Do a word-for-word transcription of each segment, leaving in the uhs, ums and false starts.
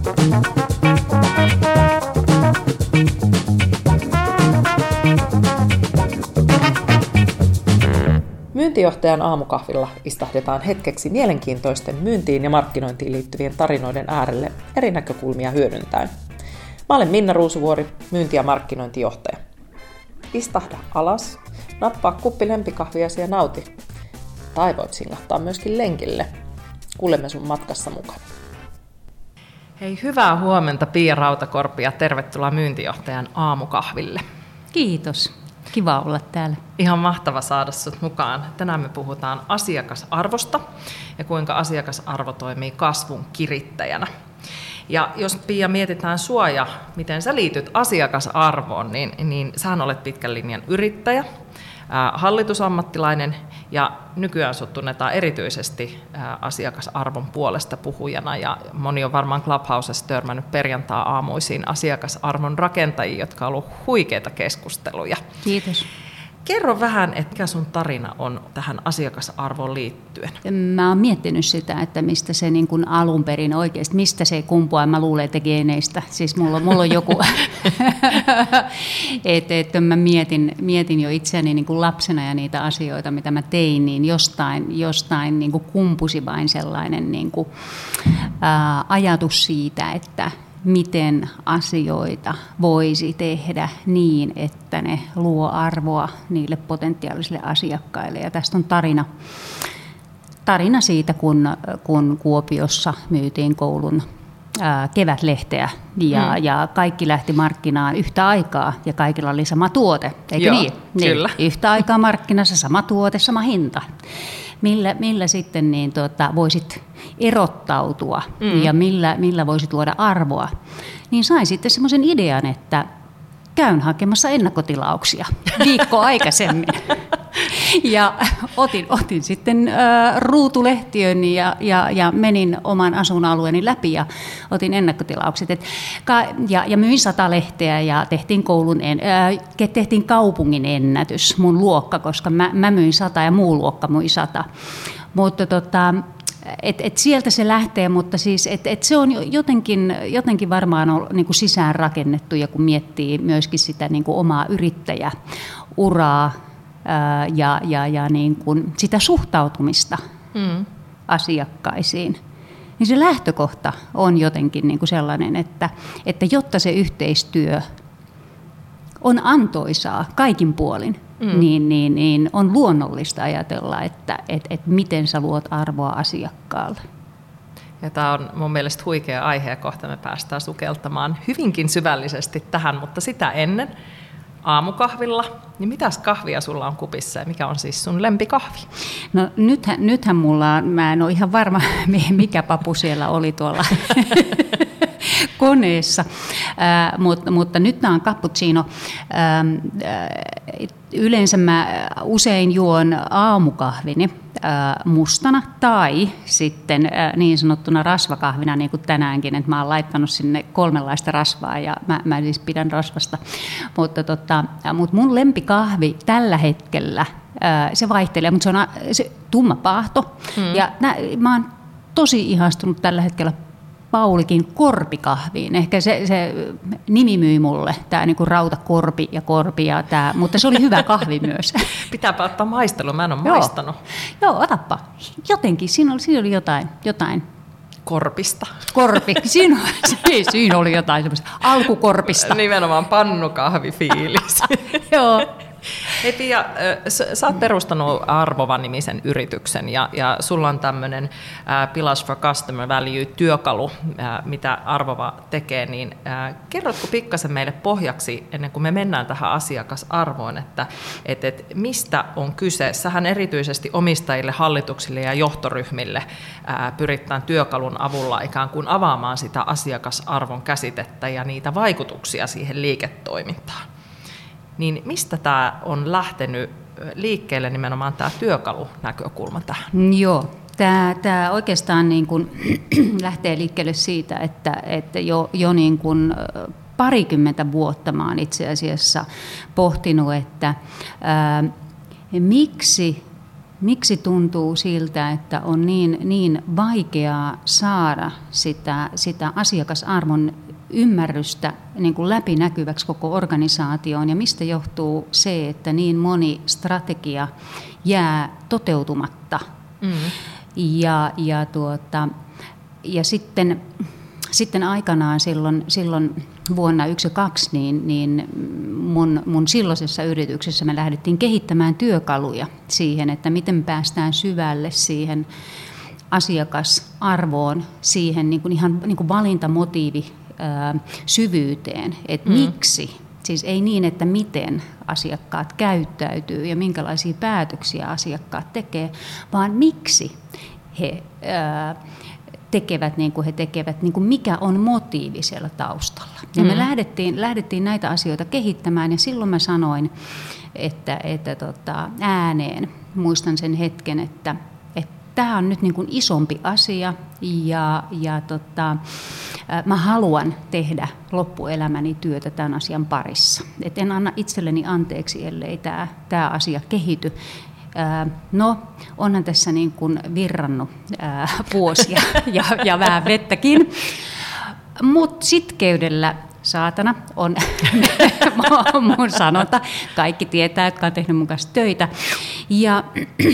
Myyntijohtajan aamukahvilla istahdetaan hetkeksi mielenkiintoisten myyntiin ja markkinointiin liittyvien tarinoiden äärelle eri näkökulmia hyödyntäen. Mä olen Minna Ruusuvuori, myynti- ja markkinointijohtaja. Istahda alas, nappaa kuppi lempikahviasi ja nauti. Tai voit singahtaa myöskin lenkille. Kuulemme sun matkassa mukana. Hei, hyvää huomenta Pia Rautakorpi ja tervetuloa myyntijohtajan aamukahville. Kiitos. Kiva olla täällä. Ihan mahtava saada sut mukaan. Tänään me puhutaan asiakasarvosta ja kuinka asiakasarvo toimii kasvun kirittäjänä. Ja jos Pia mietitään sua ja miten sä liityt asiakasarvoon, niin, niin sähän olet pitkän linjan yrittäjä, ää, hallitusammattilainen ja nykyään sut tunnetaan erityisesti ää, asiakasarvon puolesta puhujana ja moni on varmaan Clubhousessa törmännyt perjantai-aamuisiin asiakasarvon rakentajiin, jotka on ollut huikeita keskusteluja. Kiitos. Kerro vähän, että mikä sun tarina on tähän asiakasarvoon liittyen? Mä oon miettinyt sitä, että mistä se niin kuin alun perin oikeasti, mistä se kumpuaa. Mä luulen, että geeneistä. Siis mulla, mulla on joku, että et, mä mietin, mietin jo itseäni niin kuin lapsena ja niitä asioita, mitä mä tein, niin jostain, jostain niin kuin kumpusi vain sellainen niin kuin, ää, ajatus siitä, että miten asioita voisi tehdä niin, että ne luo arvoa niille potentiaalisille asiakkaille. Ja tästä on tarina, tarina siitä, kun, kun Kuopiossa myytiin koulun ää, kevätlehteä ja, mm. ja kaikki lähti markkinaan yhtä aikaa ja kaikilla oli sama tuote, eikö Joo, niin? Kyllä. Niin, yhtä aikaa markkinassa sama tuote, sama hinta. Millä, millä sitten niin, tuota, voisit erottautua mm. ja millä, millä voisit luoda arvoa, niin sain sitten semmoisen idean, että käyn hakemassa ennakkotilauksia viikko aikaisemmin. Ja otin, otin sitten äh, ruutulehtiön ja, ja, ja menin oman asuinalueeni läpi ja otin ennakkotilaukset. Et, ka, ja, ja myin sata lehteä ja tehtiin, koulun en, äh, tehtiin kaupungin ennätys, mun luokka, koska mä, mä myin sata ja muu luokka myi sata. Mutta tota, et, et sieltä se lähtee, mutta siis et, et se on jotenkin, jotenkin varmaan on niin kuin sisään rakennettu ja kun miettii myöskin sitä niin kuin omaa yrittäjäuraa, ja, ja, ja niin kuin sitä suhtautumista mm. asiakkaisiin, niin se lähtökohta on jotenkin niin kuin sellainen, että, että jotta se yhteistyö on antoisaa kaikin puolin, mm. niin, niin, niin on luonnollista ajatella, että et, et miten sä luot arvoa asiakkaalle. Ja tämä on mun mielestä huikea aihe ja kohta me päästään sukeltamaan hyvinkin syvällisesti tähän, mutta sitä ennen aamukahvilla, niin mitäs kahvia sulla on kupissa ja mikä on siis sun lempikahvi? No nythän, nythän mulla on, mä en ole ihan varma mikä papu siellä oli tuolla koneessa, äh, mutta, mutta nyt tämä on cappuccino. Ähm, äh, yleensä mä usein juon aamukahvini äh, mustana tai sitten äh, niin sanottuna rasvakahvina, niin kuin tänäänkin, että mä oon laittanut sinne kolmenlaista rasvaa ja mä, mä siis pidän rasvasta. Mutta, tota, mutta mun lempikahvi tällä hetkellä, äh, se vaihtelee, mutta se on se tumma paahto hmm. ja nä, mä oon tosi ihastunut tällä hetkellä Paulikin korpikahviin. Ehkä se, se nimi myi mulle, tämä niinku rautakorpi ja korpi, ja tää, mutta se oli hyvä kahvi myös. Pitääpä ottaa maistelu, mä en ole Joo. maistanut. Joo, otappa. Jotenkin, siinä oli, siinä oli jotain, jotain. Korpista. Korpi, siinä, siinä oli jotain semmoista alkukorpista. Nimenomaan pannukahvifiilis. Joo. Hei Pia, sä oot perustanut Arvova-nimisen yrityksen ja, ja sulla on tämmöinen uh, Pillars for Customer Value-työkalu, uh, mitä Arvova tekee, niin uh, kerrotko pikkasen meille pohjaksi, ennen kuin me mennään tähän asiakasarvoon, että et, et mistä on kyse? Sähän erityisesti omistajille, hallituksille ja johtoryhmille uh, pyritään työkalun avulla ikään kuin avaamaan sitä asiakasarvon käsitettä ja niitä vaikutuksia siihen liiketoimintaan. Niin mistä tämä on lähtenyt liikkeelle nimenomaan tämä työkalunäkökulma tähän? Joo, tämä, tämä oikeastaan niin kuin lähtee liikkeelle siitä, että, että jo, jo niin kuin parikymmentä vuotta mä olen itse asiassa pohtinut, että ää, miksi miksi tuntuu siltä, että on niin, niin vaikeaa saada sitä, sitä asiakasarvon ymmärrystä niin kuin läpinäkyväksi koko organisaatioon, ja mistä johtuu se, että niin moni strategia jää toteutumatta. Mm. Ja, ja, tuota, ja sitten, sitten aikanaan silloin, silloin vuonna yksi ja kaksi, niin, niin mun, mun silloisessa yrityksessä me lähdettiin kehittämään työkaluja siihen, että miten päästään syvälle siihen asiakasarvoon, siihen niin kuin ihan niin kuin valintamotiivi ää, syvyyteen, että mm. miksi, siis ei niin, että miten asiakkaat käyttäytyy ja minkälaisia päätöksiä asiakkaat tekee, vaan miksi he ää, tekevät niin kuin he tekevät, niin kuin mikä on motiivi siellä taustalla. Ja mm. me lähdettiin, lähdettiin näitä asioita kehittämään, ja silloin mä sanoin, että, että tota, ääneen, muistan sen hetken, että, että tämä on nyt niin kuin isompi asia, ja, ja tota, mä haluan tehdä loppuelämäni työtä tämän asian parissa. Et en anna itselleni anteeksi, ellei tämä, tämä asia kehity. No, onhan tässä niin kuin virrannut ää, vuosia ja, ja vähän vettäkin, mutta sitkeydellä, saatana, on mun sanonta. Kaikki tietää, jotka on tehnyt mun kanssa töitä. Ja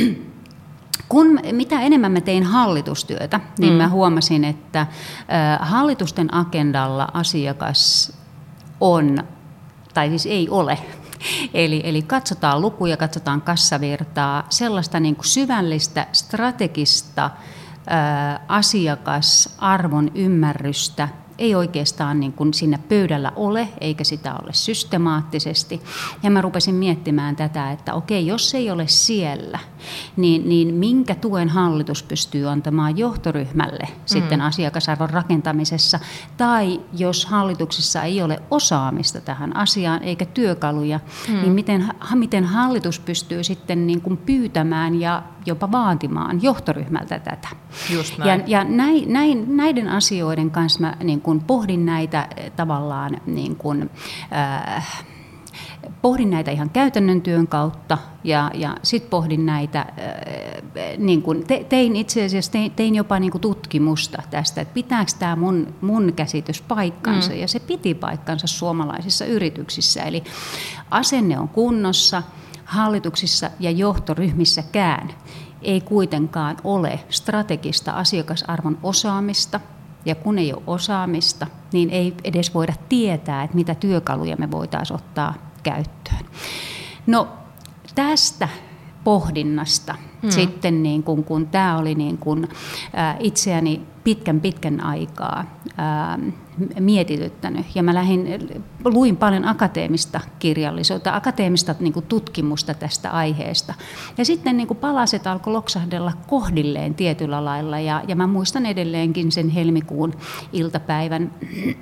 kun mitä enemmän mä tein hallitustyötä, niin mm. mä huomasin, että ää, hallitusten agendalla asiakas on, tai siis ei ole. Eli, eli katsotaan lukuja, katsotaan kassavirtaa, sellaista niin kuin syvällistä, strategista ää, asiakasarvon ymmärrystä ei oikeastaan niin kuin siinä pöydällä ole, eikä sitä ole systemaattisesti. Ja mä rupesin miettimään tätä, että okei, jos ei ole siellä, niin, niin minkä tuen hallitus pystyy antamaan johtoryhmälle mm. sitten asiakasarvon rakentamisessa, tai jos hallituksessa ei ole osaamista tähän asiaan eikä työkaluja, mm. niin miten, miten hallitus pystyy sitten niin kuin pyytämään ja jopa vaatimaan johtoryhmältä tätä. Just näin. Ja, ja näin, näin, näiden asioiden kanssa mä niin kuin pohdin näitä tavallaan, niin kuin, äh, pohdin näitä ihan käytännön työn kautta, ja, ja sitten pohdin näitä, äh, niin kuin te, tein itse asiassa tein, tein jopa niin kuin tutkimusta tästä, että pitääkö tämä mun, mun käsitys paikkansa, mm. ja se piti paikkansa suomalaisissa yrityksissä, eli asenne on kunnossa, hallituksissa ja johtoryhmissäkään ei kuitenkaan ole strategista asiakasarvon osaamista, ja kun ei ole osaamista, niin ei edes voida tietää, että mitä työkaluja me voitaisiin ottaa käyttöön. No tästä pohdinnasta hmm. sitten, niin kun, kun tämä oli niin kun, ä, itseäni pitkän pitkän aikaa ä, mietityttänyt, ja mä lähdin, luin paljon akateemista kirjallisuutta, akateemista niin kun tutkimusta tästä aiheesta, ja sitten niin kun palaset alkoi loksahdella kohdilleen tietyllä lailla, ja, ja mä muistan edelleenkin sen helmikuun iltapäivän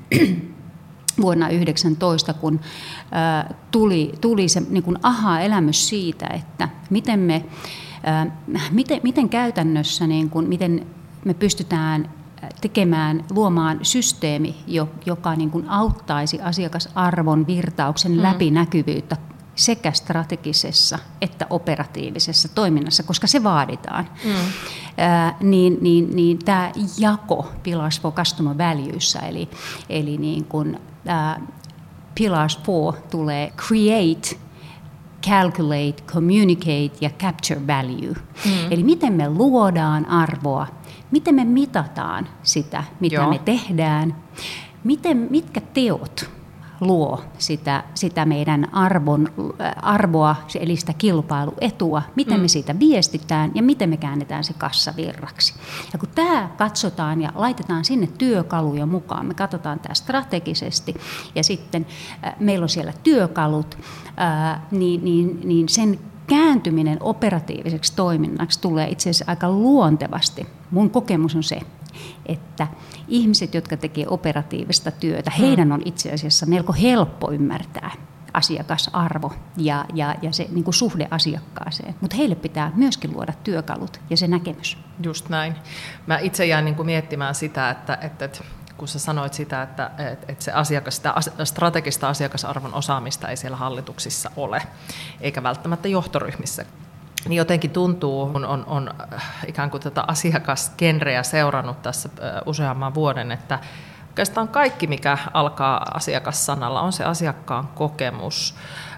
vuonna yhdeksäntoista, kun ä, tuli, tuli se niin kuin aha-elämys siitä, että miten, me, ä, miten, miten käytännössä, niin kuin, miten me pystytään tekemään, luomaan systeemi, joka niin kuin auttaisi asiakasarvon virtauksen mm. läpinäkyvyyttä sekä strategisessa että operatiivisessa toiminnassa, koska se vaaditaan. Mm. Ää, niin, niin, niin tämä jako Pillars for Customer Valuessa, eli, eli niin kun, ää, Pillars four tulee create, calculate, communicate ja capture value. Mm. Eli miten me luodaan arvoa, miten me mitataan sitä, mitä Joo. me tehdään, miten, mitkä teot luo sitä, sitä meidän arvon, arvoa, eli sitä kilpailuetua, miten mm. me siitä viestitään ja miten me käännetään se kassavirraksi. Ja kun tämä katsotaan ja laitetaan sinne työkaluja mukaan, me katsotaan tämä strategisesti ja sitten äh, meillä on siellä työkalut, äh, niin, niin, niin sen kääntyminen operatiiviseksi toiminnaksi tulee itse asiassa aika luontevasti. Mun kokemus on se, että ihmiset, jotka tekevät operatiivista työtä, heidän on itse asiassa melko helppo ymmärtää asiakasarvo ja, ja, ja se niin kuin suhde asiakkaaseen. Mutta heille pitää myöskin luoda työkalut ja se näkemys. Just näin. Mä itse jään niin kuin miettimään sitä, että, että, että kun sä sanoit sitä, että, että se asiakas, sitä strategista asiakasarvon osaamista ei siellä hallituksissa ole, eikä välttämättä johtoryhmissä. niin jotenkin tuntuu, kun on, on ikään kuin tätä asiakasgenreä seurannut tässä useamman vuoden, että oikeastaan kaikki, mikä alkaa asiakassanalla, on se asiakkaan kokemus,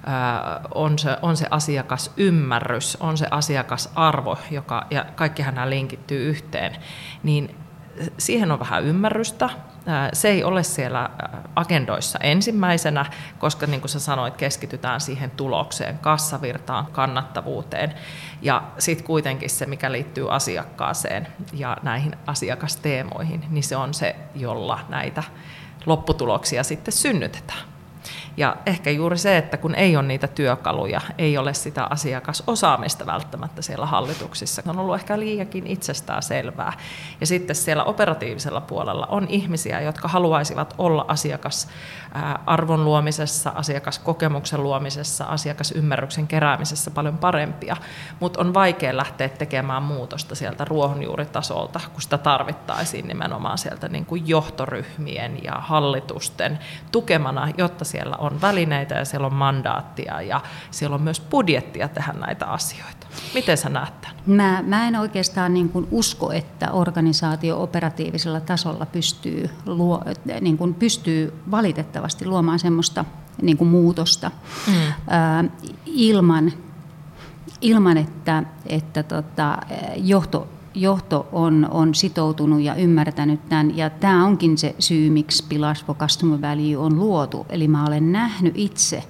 on se, on se asiakasymmärrys, on se asiakasarvo, joka, ja kaikkihan nämä linkittyy yhteen, niin siihen on vähän ymmärrystä. Se ei ole siellä agendoissa ensimmäisenä, koska niin kuin sä sanoit, keskitytään siihen tulokseen, kassavirtaan, kannattavuuteen. Ja sitten kuitenkin se, mikä liittyy asiakkaaseen ja näihin asiakasteemoihin, niin se on se, jolla näitä lopputuloksia sitten synnytetään. Ja ehkä juuri se, että kun ei ole niitä työkaluja, ei ole sitä asiakasosaamista välttämättä siellä hallituksissa, on ollut ehkä liiankin itsestään selvää. Ja sitten siellä operatiivisella puolella on ihmisiä, jotka haluaisivat olla asiakasarvon luomisessa, asiakaskokemuksen luomisessa, asiakasymmärryksen keräämisessä paljon parempia, mutta on vaikea lähteä tekemään muutosta sieltä ruohonjuuritasolta, kun sitä tarvittaisiin nimenomaan sieltä niin kuin johtoryhmien ja hallitusten tukemana, jotta siellä on välineitä ja siellä on mandaattia ja siellä on myös budjettia tehdä näitä asioita. Miten sä näet tämän? Mä, mä en oikeastaan niin kuin usko, että organisaatio operatiivisella tasolla pystyy, luo, niin kuin pystyy valitettavasti luomaan semmoista niin kuin muutosta mm. ää, ilman, ilman, että, että tota, johto Johto on, on sitoutunut ja ymmärtänyt tämän, ja tämä onkin se syy, miksi Pillars for Customer Value on luotu. Eli mä olen nähnyt itse,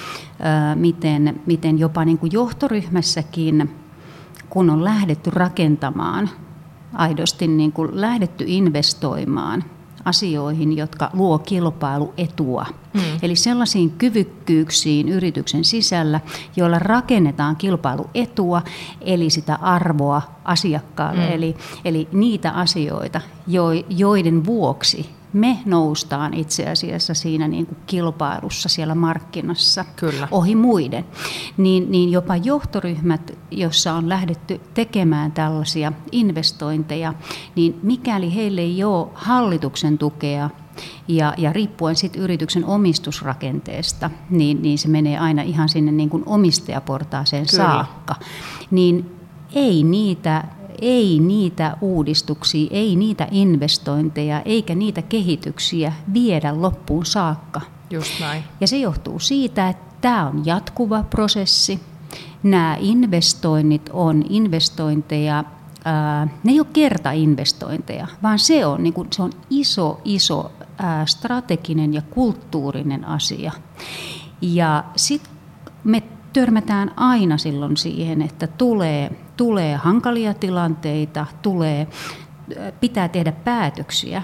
miten, miten jopa niin kuin johtoryhmässäkin, kun on lähdetty rakentamaan, aidosti niin kuin lähdetty investoimaan asioihin, jotka luo kilpailuetua. Mm. Eli sellaisiin kyvykkyyksiin yrityksen sisällä, joilla rakennetaan kilpailuetua, eli sitä arvoa asiakkaalle, mm. eli, eli niitä asioita, joiden vuoksi me noustaan itse asiassa siinä niin kuin kilpailussa siellä markkinassa Kyllä. ohi muiden. Niin, niin jopa johtoryhmät, joissa on lähdetty tekemään tällaisia investointeja, niin mikäli heille ei ole hallituksen tukea, Ja, ja riippuen sit yrityksen omistusrakenteesta, niin, niin se menee aina ihan sinne niin kuin omistajaportaaseen Kyllä. saakka, niin ei niitä, ei niitä uudistuksia, ei niitä investointeja eikä niitä kehityksiä viedä loppuun saakka. Just näin. Ja se johtuu siitä, että tämä on jatkuva prosessi. Nämä investoinnit on investointeja, ää, ne ei ole kertainvestointeja, vaan se on, niin kuin, se on iso, iso ää, strateginen ja kulttuurinen asia. Ja sitten me törmätään aina silloin siihen, että tulee, tulee hankalia tilanteita, tulee, pitää tehdä päätöksiä,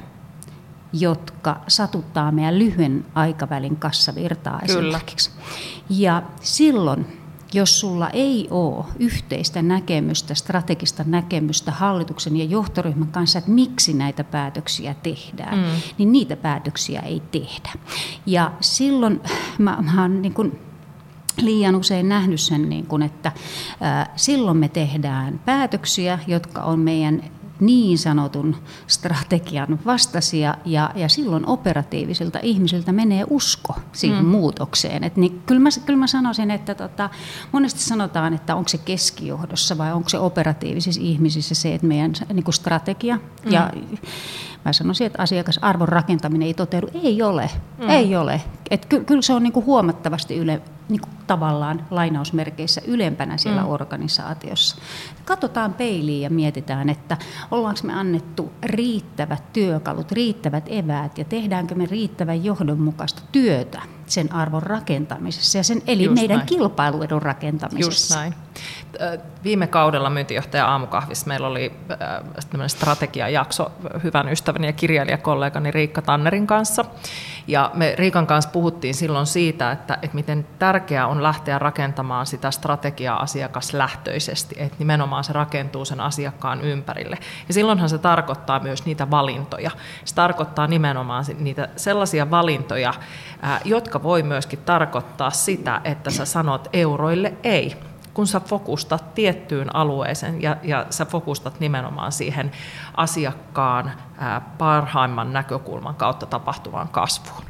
jotka satuttaa meidän lyhyen aikavälin kassavirtaa esimerkiksi. Ja silloin, jos sulla ei ole yhteistä näkemystä, strategista näkemystä hallituksen ja johtoryhmän kanssa, että miksi näitä päätöksiä tehdään, mm. niin niitä päätöksiä ei tehdä. Ja silloin mä, mä oon niin kuin liian usein nähnyt sen, niin kuin, että ää, silloin me tehdään päätöksiä, jotka on meidän niin sanotun strategian vastaisia, ja, ja silloin operatiivisilta ihmisiltä menee usko siihen mm. muutokseen. Et niin, kyllä, mä, kyllä mä sanoisin, että tota, monesti sanotaan, että onko se keskijohdossa vai onko se operatiivisissa ihmisissä se, että meidän niin kuin strategia, mm. ja mä sanoisin, että asiakasarvon rakentaminen ei toteudu. Ei ole, mm. ei ole. Et ky, kyllä se on niin kuin huomattavasti yle, niin kuin tavallaan lainausmerkeissä ylempänä siellä mm. organisaatiossa. Katsotaan peiliin ja mietitään, että ollaanko me annettu riittävät työkalut, riittävät eväät ja tehdäänkö me riittävän johdonmukaista työtä sen arvon rakentamisessa ja sen, eli Just meidän näin. kilpailuedun rakentamisessa. Just näin. Viime kaudella myyntijohtaja Aamukahvissa meillä oli äh, strategiajakso hyvän ystäväni ja kirjailijakollegani Riikka Tannerin kanssa. Ja me Riikan kanssa puhuttiin silloin siitä, että, että miten tärkeää on lähteä rakentamaan sitä strategiaa asiakaslähtöisesti, että nimenomaan se rakentuu sen asiakkaan ympärille. Ja silloinhan se tarkoittaa myös niitä valintoja. Se tarkoittaa nimenomaan niitä sellaisia valintoja, äh, jotka voi myöskin tarkoittaa sitä, että sä sanot euroille ei, kun sä fokustat tiettyyn alueeseen ja, ja sä fokustat nimenomaan siihen asiakkaan ää, parhaimman näkökulman kautta tapahtuvaan kasvuun.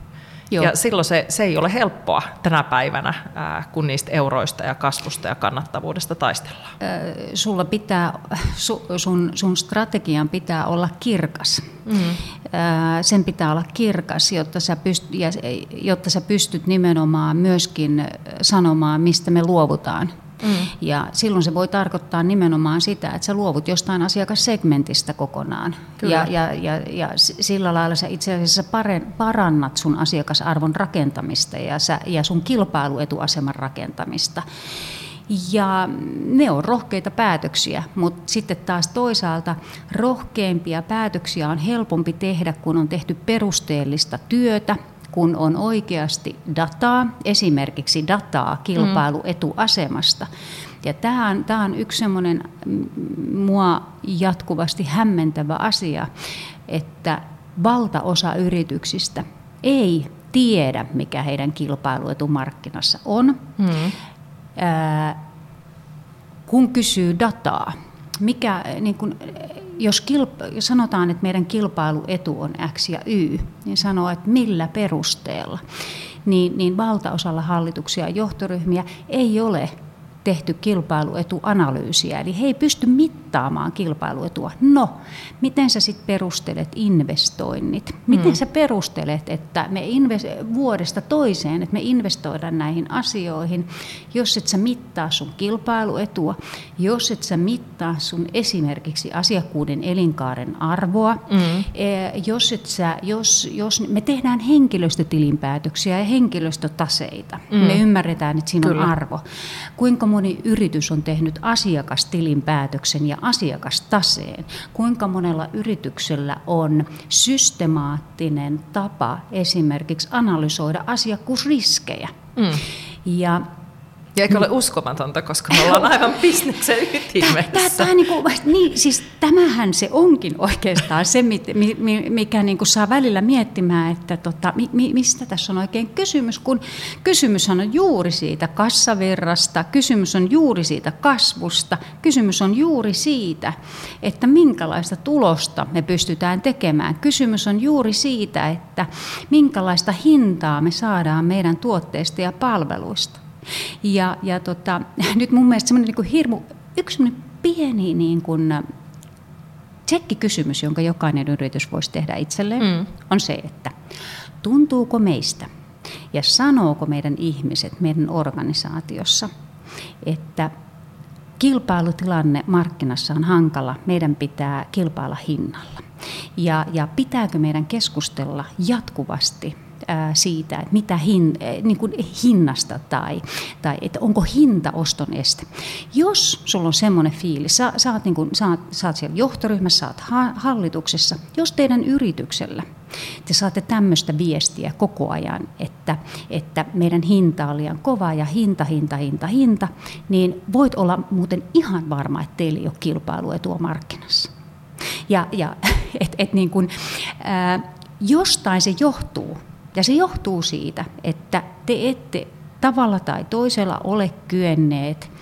Joo. Ja silloin se, se ei ole helppoa tänä päivänä, ää, kun niistä euroista ja kasvusta ja kannattavuudesta taistellaan. Sulla pitää, su, sun, sun strategian pitää olla kirkas. Mm-hmm. Sen pitää olla kirkas, jotta sä, pyst, ja, jotta sä pystyt nimenomaan myöskin sanomaan, mistä me luovutaan. Mm. Ja silloin se voi tarkoittaa nimenomaan sitä, että sä luovut jostain asiakassegmentistä kokonaan. Ja, ja, ja, ja sillä lailla sä itse asiassa parannat sun asiakasarvon rakentamista ja, sä, ja sun kilpailuetuaseman rakentamista. Ja ne on rohkeita päätöksiä, mutta sitten taas toisaalta rohkeimpia päätöksiä on helpompi tehdä, kun on tehty perusteellista työtä, kun on oikeasti dataa, esimerkiksi dataa kilpailuetuasemasta. Ja tämä on, tämä on yksi semmoinen mua jatkuvasti hämmentävä asia, että valtaosa yrityksistä ei tiedä, mikä heidän kilpailuetu markkinassa on. Mm. Ää, kun kysyy dataa, mikä, niin kun, jos, kilpa, jos sanotaan, että meidän kilpailuetu on X ja Y, niin sanoo, että millä perusteella, niin, niin valtaosalla hallituksia ja johtoryhmiä ei ole tehty kilpailuetuanalyysiä, eli he ei pysty mittaamaan kilpailuetua. No, miten sä sitten perustelet investoinnit? Miten mm. sä perustelet, että me invest- vuodesta toiseen, että me investoidaan näihin asioihin, jos et sä mittaa sun kilpailuetua, jos et sä mittaa sun esimerkiksi asiakkuuden elinkaaren arvoa, mm. jos, et sä, jos, jos me tehdään henkilöstötilinpäätöksiä ja henkilöstötaseita, mm. me ymmärretään, että siinä Kyllä. on arvo. Kuinka moni yritys on tehnyt asiakastilinpäätöksen ja asiakastaseen? Kuinka monella yrityksellä on systemaattinen tapa esimerkiksi analysoida asiakkuusriskejä? Mm. Ja Ja eikö ole uskomatonta, koska me ollaan aivan bisneksen ytimessä. Tää, tää, niinku, niin, siis tämähän se onkin oikeastaan se, mikä niinku saa välillä miettimään, että tota, mi, mistä tässä on oikein kysymys, kun kysymys on juuri siitä kassavirrasta, kysymys on juuri siitä kasvusta, kysymys on juuri siitä, että minkälaista tulosta me pystytään tekemään. Kysymys on juuri siitä, että minkälaista hintaa me saadaan meidän tuotteista ja palveluista. Ja, ja tota, nyt mun mielestä semmoinen niin hirmu, yksi semmoinen pieni niin kuin tsekkikysymys, jonka jokainen yritys voisi tehdä itselleen, mm. on se, että tuntuuko meistä ja sanooko meidän ihmiset meidän organisaatiossa, että kilpailutilanne markkinassa on hankala, meidän pitää kilpailla hinnalla. Ja, ja pitääkö meidän keskustella jatkuvasti siitä, että mitä hin, niin kuin hinnasta tai, tai että onko hinta oston este. Jos sulla on semmoinen fiilis, sä, sä, oot niin kuin, sä, oot, sä oot siellä johtoryhmässä, sä oot ha, hallituksessa, jos teidän yrityksellä te saatte tämmöistä viestiä koko ajan, että, että meidän hinta on liian kova ja hinta, hinta, hinta, hinta, niin voit olla muuten ihan varma, että teillä ei ole kilpailuetua markkinassa. Ja, ja et, et niin kuin, ää, jostain se johtuu. Ja se johtuu siitä, että te ette tavalla tai toisella ole kyenneet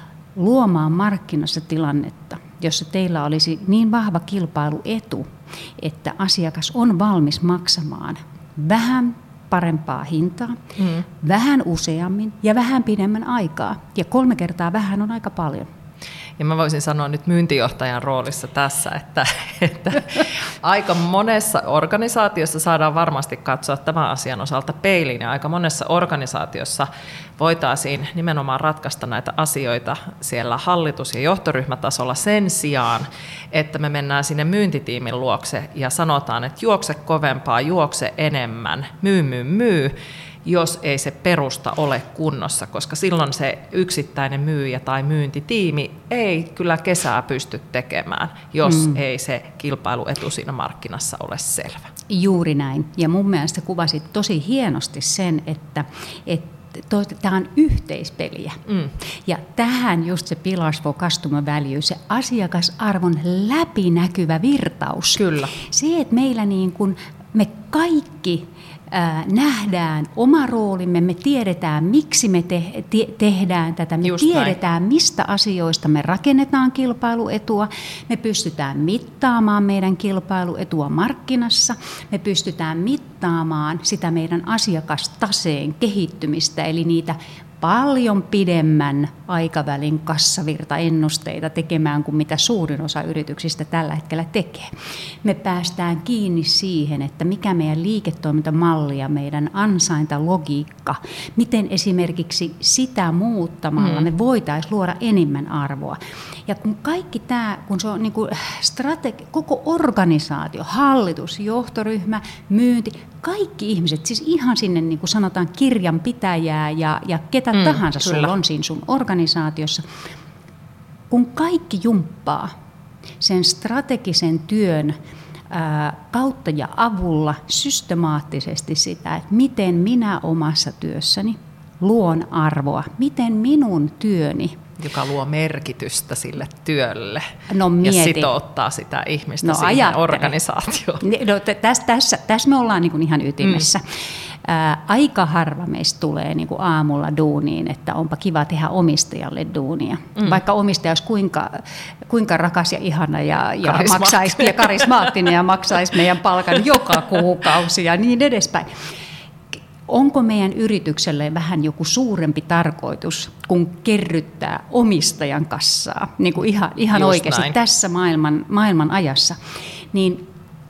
luomaan markkinassa tilannetta, jossa teillä olisi niin vahva kilpailuetu, että asiakas on valmis maksamaan vähän parempaa hintaa, mm. vähän useammin ja vähän pidemmän aikaa. Ja kolme kertaa vähän on aika paljon. Ja mä voisin sanoa nyt myyntijohtajan roolissa tässä, että, että aika monessa organisaatiossa saadaan varmasti katsoa tämän asian osalta peiliin, ja aika monessa organisaatiossa voitaisiin nimenomaan ratkaista näitä asioita siellä hallitus- ja johtoryhmätasolla sen sijaan, että me mennään sinne myyntitiimin luokse ja sanotaan, että juokse kovempaa, juokse enemmän, myy, myy, myy, jos ei se perusta ole kunnossa, koska silloin se yksittäinen myyjä tai myyntitiimi ei kyllä kesää pysty tekemään, jos mm. ei se kilpailuetu siinä markkinassa ole selvä. Juuri näin. Ja mun mielestä kuvasit tosi hienosti sen, että, että tämä on yhteispeliä. Mm. Ja tähän just se Pillars for Customer Value, se asiakasarvon läpinäkyvä virtaus. Kyllä. Se, että meillä niin kuin me kaikki ää, nähdään oma roolimme, me tiedetään, miksi me te- te- tehdään tätä, me Just tiedetään, näin. Mistä asioista me rakennetaan kilpailuetua, me pystytään mittaamaan meidän kilpailuetua markkinassa, me pystytään mittaamaan sitä meidän asiakastaseen kehittymistä, eli niitä paljon pidemmän aikavälin kassavirtaennusteita tekemään kuin mitä suurin osa yrityksistä tällä hetkellä tekee. Me päästään kiinni siihen, että mikä meidän liiketoimintamalli ja meidän ansaintalogiikka, miten esimerkiksi sitä muuttamalla mm. me voitaisiin luoda enemmän arvoa. Ja kun kaikki tämä, kun se on niin kuin strategi- koko organisaatio, hallitus, johtoryhmä, myynti, kaikki ihmiset, siis ihan sinne niin kuin sanotaan kirjanpitäjää ja, ja ketä mm, tahansa kyllä. Sulla on siinä sun organisaatiossa, kun kaikki jumppaa sen strategisen työn ää, kautta ja avulla systemaattisesti sitä, että miten minä omassa työssäni luon arvoa, miten minun työni, joka luo merkitystä sille työlle no, ja sitouttaa sitä ihmistä no, siihen ajattele. organisaatioon. No, tässä, tässä, tässä me ollaan niin kuin ihan ytimessä. Mm. Ää, aika harva meistä tulee niin kuin aamulla duuniin, että onpa kiva tehdä omistajalle duunia. Mm. Vaikka omistaja olisi kuinka, kuinka rakas ja ihana ja, ja, maksaisi, ja karismaattinen ja maksaisi meidän palkan joka kuukausi ja niin edespäin. Onko meidän yritykselle vähän joku suurempi tarkoitus, kun kerryttää omistajan kassaa, niin kuin ihan, ihan oikeasti näin. Tässä maailman, maailman ajassa, niin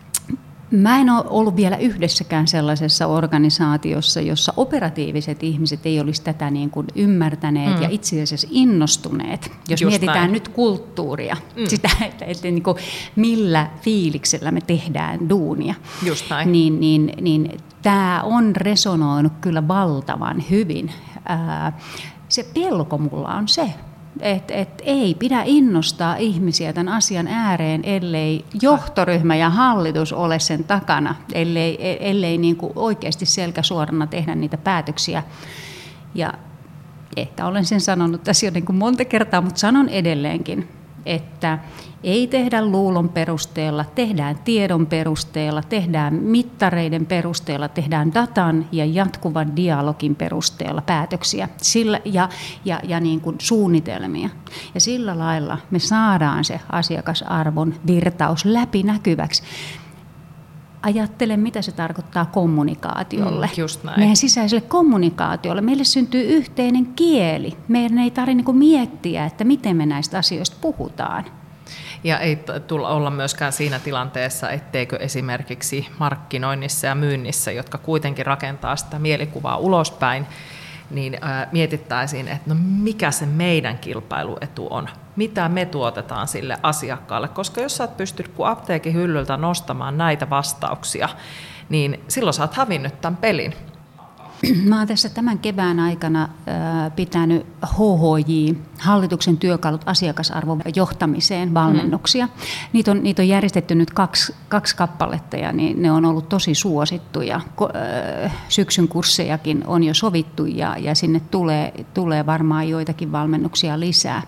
mä en ole ollut vielä yhdessäkään sellaisessa organisaatiossa, jossa operatiiviset ihmiset ei olisi tätä niin kuin ymmärtäneet mm. ja itse asiassa innostuneet. Jos Just mietitään näin. Nyt kulttuuria, mm. sitä, että, että niin kuin millä fiiliksellä me tehdään duunia, Just näin. niin, niin, niin tämä on resonoinut kyllä valtavan hyvin. Ää, se pelko mulla on se, että et ei pidä innostaa ihmisiä tämän asian ääreen, ellei johtoryhmä ja hallitus ole sen takana, ellei, ellei niin kuin oikeasti selkäsuorana tehdä niitä päätöksiä. Ja ehkä olen sen sanonut tässä jo niin kuin monta kertaa, mutta sanon edelleenkin, että ei tehdä luulon perusteella, tehdään tiedon perusteella, tehdään mittareiden perusteella, tehdään datan ja jatkuvan dialogin perusteella päätöksiä sillä, ja, ja, ja niin kuin suunnitelmia. Ja sillä lailla me saadaan se asiakasarvon virtaus läpinäkyväksi. Ajattele, mitä se tarkoittaa kommunikaatiolle. Mm, just näin. Meidän sisäiselle kommunikaatiolle. Meille syntyy yhteinen kieli. Meidän ei tarvitse niin miettiä, että miten me näistä asioista puhutaan. Ja ei tulla olla myöskään siinä tilanteessa, etteikö esimerkiksi markkinoinnissa ja myynnissä, jotka kuitenkin rakentaa sitä mielikuvaa ulospäin, niin mietittäisiin, että no mikä se meidän kilpailuetu on, mitä me tuotetaan sille asiakkaalle, koska jos sä et pysty kuin apteekin hyllyltä nostamaan näitä vastauksia, niin silloin sä oot hävinnyt tämän pelin. Mä oon tässä tämän kevään aikana pitänyt H H J, hallituksen työkalut asiakasarvon johtamiseen, valmennuksia. Mm. Niitä on, niitä on järjestetty nyt kaksi, kaksi kappaletta ja niin ne on ollut tosi suosittuja. Syksyn kurssejakin on jo sovittu ja, ja sinne tulee, tulee varmaan joitakin valmennuksia lisää.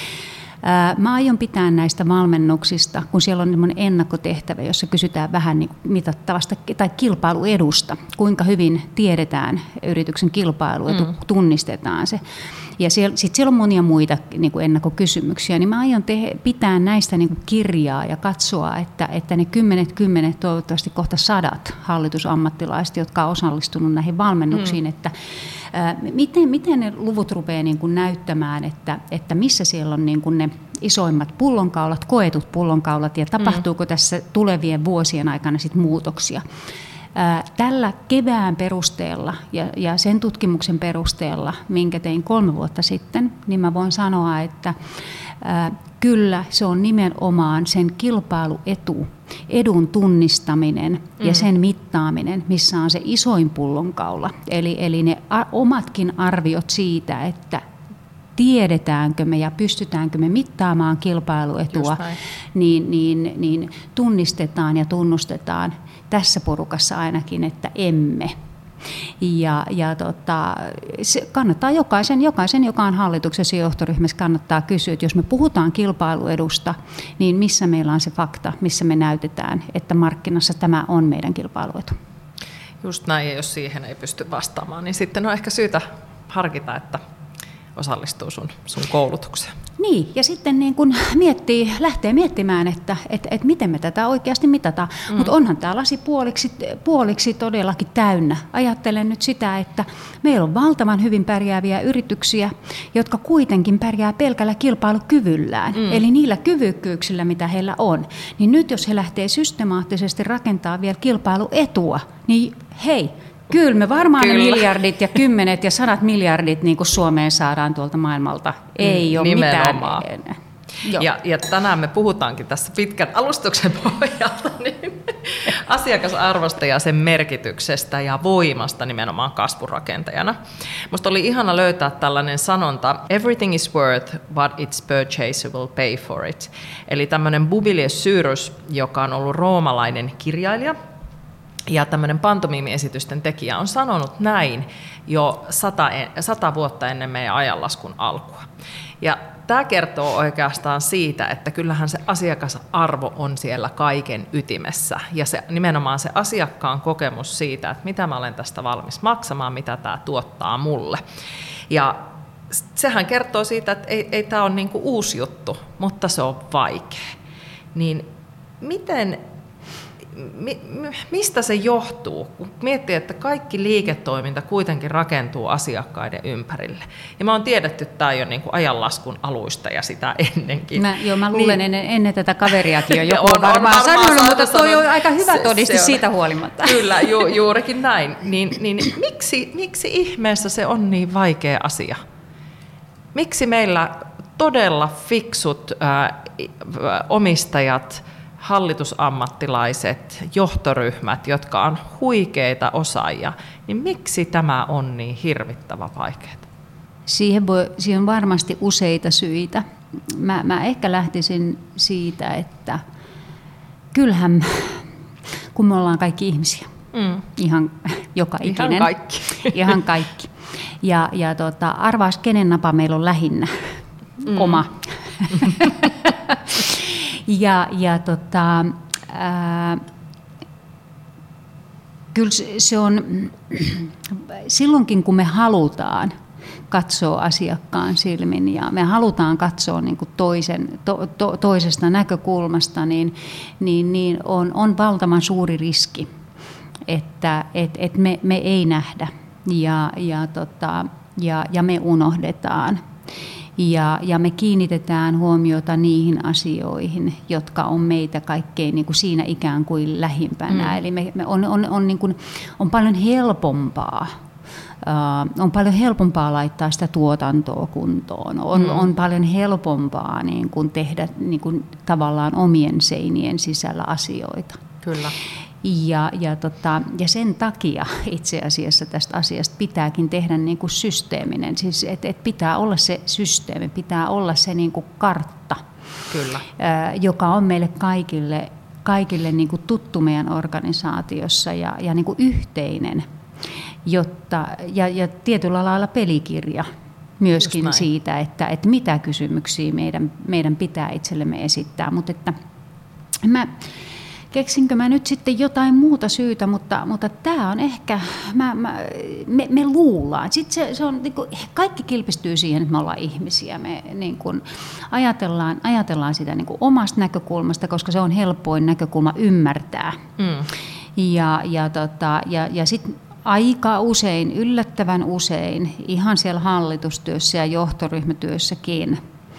Mä aion pitää näistä valmennuksista, kun siellä on semmoinen ennakkotehtävä, jossa kysytään vähän niin mitattavasta tai kilpailuedusta, kuinka hyvin tiedetään yrityksen kilpailuetu, mm. tunnistetaan se. Ja sitten siellä on monia muita niin kuin ennakkokysymyksiä, niin mä aion te- pitää näistä niin kuin kirjaa ja katsoa, että, että ne kymmenet, kymmenet, toivottavasti kohta sadat hallitusammattilaiset, jotka on osallistunut näihin valmennuksiin, mm. että ää, miten, miten ne luvut rupeaa niin kuin näyttämään, että, että missä siellä on niin kuin ne isoimmat pullonkaulat, koetut pullonkaulat ja tapahtuuko mm. tässä tulevien vuosien aikana sit muutoksia. Tällä kevään perusteella ja, ja sen tutkimuksen perusteella, minkä tein kolme vuotta sitten, niin mä voin sanoa, että ää, kyllä se on nimenomaan sen kilpailuetu, edun tunnistaminen mm. ja sen mittaaminen, missä on se isoin pullonkaula. Eli, eli ne a, omatkin arviot siitä, että tiedetäänkö me ja pystytäänkö me mittaamaan kilpailuetua, niin, niin, niin tunnistetaan ja tunnustetaan tässä porukassa ainakin, että emme. Ja, ja tota, se kannattaa jokaisen, jokaisen, joka on hallituksessa ja johtoryhmässä, kannattaa kysyä, että jos me puhutaan kilpailuedusta, niin missä meillä on se fakta, missä me näytetään, että markkinassa tämä on meidän kilpailuetu. Just näin, ja jos siihen ei pysty vastaamaan, niin sitten on ehkä syytä harkita, että osallistuu sun, sun koulutukseen. Niin, ja sitten niin kun miettii, lähtee miettimään, että et, et miten me tätä oikeasti mitataan. Mm. Mutta onhan tämä lasi puoliksi, puoliksi todellakin täynnä. Ajattelen nyt sitä, että meillä on valtavan hyvin pärjääviä yrityksiä, jotka kuitenkin pärjää pelkällä kilpailukyvyllään. Mm. Eli niillä kyvykkyyksillä, mitä heillä on. Niin nyt jos he lähtee systemaattisesti rakentamaan vielä kilpailuetua, niin hei, kyllä me varmaan Kyllä. ne miljardit ja kymmenet ja sadat miljardit niin kuin Suomeen saadaan tuolta maailmalta. Ei ole Nimenomaan. mitään. Ja, ja tänään me puhutaankin tässä pitkän alustuksen pohjalta niin asiakasarvosta ja sen merkityksestä ja voimasta nimenomaan kasvurakentajana. Musta oli ihana löytää tällainen sanonta, everything is worth what its purchaser will pay for it. Eli tämmöinen Publius Syrus, joka on ollut roomalainen kirjailija, ja tämmöinen pantomiimiesitysten tekijä on sanonut näin jo sata, sata vuotta ennen meidän ajanlaskun alkua. Ja tämä kertoo oikeastaan siitä, että kyllähän se asiakasarvo on siellä kaiken ytimessä. Ja se, nimenomaan se asiakkaan kokemus siitä, että mitä mä olen tästä valmis maksamaan, mitä tämä tuottaa mulle. Ja sehän kertoo siitä, että ei, ei tämä ole niinku uusi juttu, mutta se on vaikea. Niin miten... Mistä se johtuu, kun miettii, että kaikki liiketoiminta kuitenkin rakentuu asiakkaiden ympärille? Ja mä oon tiedetty tämä jo niin kuin ajanlaskun aluista ja sitä ennenkin. Mä, joo, mä luulen niin, ennen, ennen tätä kaveriakin jo joku on, varmaan, on varmaan sanonut, mutta tuo sanon, on aika hyvä todiste se, siitä huolimatta. Kyllä, ju, juurikin näin. Niin, niin, miksi, miksi ihmeessä se on niin vaikea asia? Miksi meillä todella fiksut ää, omistajat, hallitusammattilaiset, johtoryhmät, jotka on huikeita osaajia, niin miksi tämä on niin hirvittävän vaikeaa? Siihen, voi, siihen on varmasti useita syitä. Mä, mä ehkä lähtisin siitä, että kyllähän, kun me ollaan kaikki ihmisiä, mm. ihan joka ikinen. Ihan kaikki. Ihan kaikki. Ja, ja tota, arvaas, kenen napa meillä on lähinnä? Mm. Oma. Ja, ja tota, ää, kyllä se on, silloinkin kun me halutaan katsoa asiakkaan silmin ja me halutaan katsoa niin kuin toisen, to, to, toisesta näkökulmasta, niin, niin, niin on, on valtavan suuri riski, että et, et me, me ei nähdä ja, ja, tota, ja, ja me unohdetaan. Ja, ja me kiinnitetään huomiota niihin asioihin, jotka on meitä kaikkein niin kuin siinä ikään kuin lähimpänä. Mm. Eli me, me on, on, on, niin kuin, on paljon helpompaa. Uh, on paljon helpompaa laittaa sitä tuotantoa kuntoon. On, mm. on paljon helpompaa niin kuin tehdä niin kuin, tavallaan omien seinien sisällä asioita. Kyllä. Ja, ja, tota, ja sen takia itse asiassa tästä asiasta pitääkin tehdä niin kuin systeeminen. Siis, et, et pitää olla se systeemi, pitää olla se niin kuin kartta, Kyllä. Ää, joka on meille kaikille, kaikille niin kuin tuttu meidän organisaatiossa ja, ja niin kuin yhteinen. Jotta, ja, ja tietyllä lailla pelikirja myöskin siitä, että, että mitä kysymyksiä meidän, meidän pitää itsellemme esittää. Mutta että mä... Keksinkö mä nyt sitten jotain muuta syytä, mutta, mutta tämä on ehkä, mä, mä, me, me luullaan. Sitten se, se on, niin kuin, kaikki kilpistyy siihen, että me ollaan ihmisiä. Me niin kuin, ajatellaan, ajatellaan sitä niin kuin omasta näkökulmasta, koska se on helpoin näkökulma ymmärtää. Mm. Ja, ja, tota, ja, ja sitten aika usein, yllättävän usein, ihan siellä hallitustyössä ja johtoryhmätyössäkin,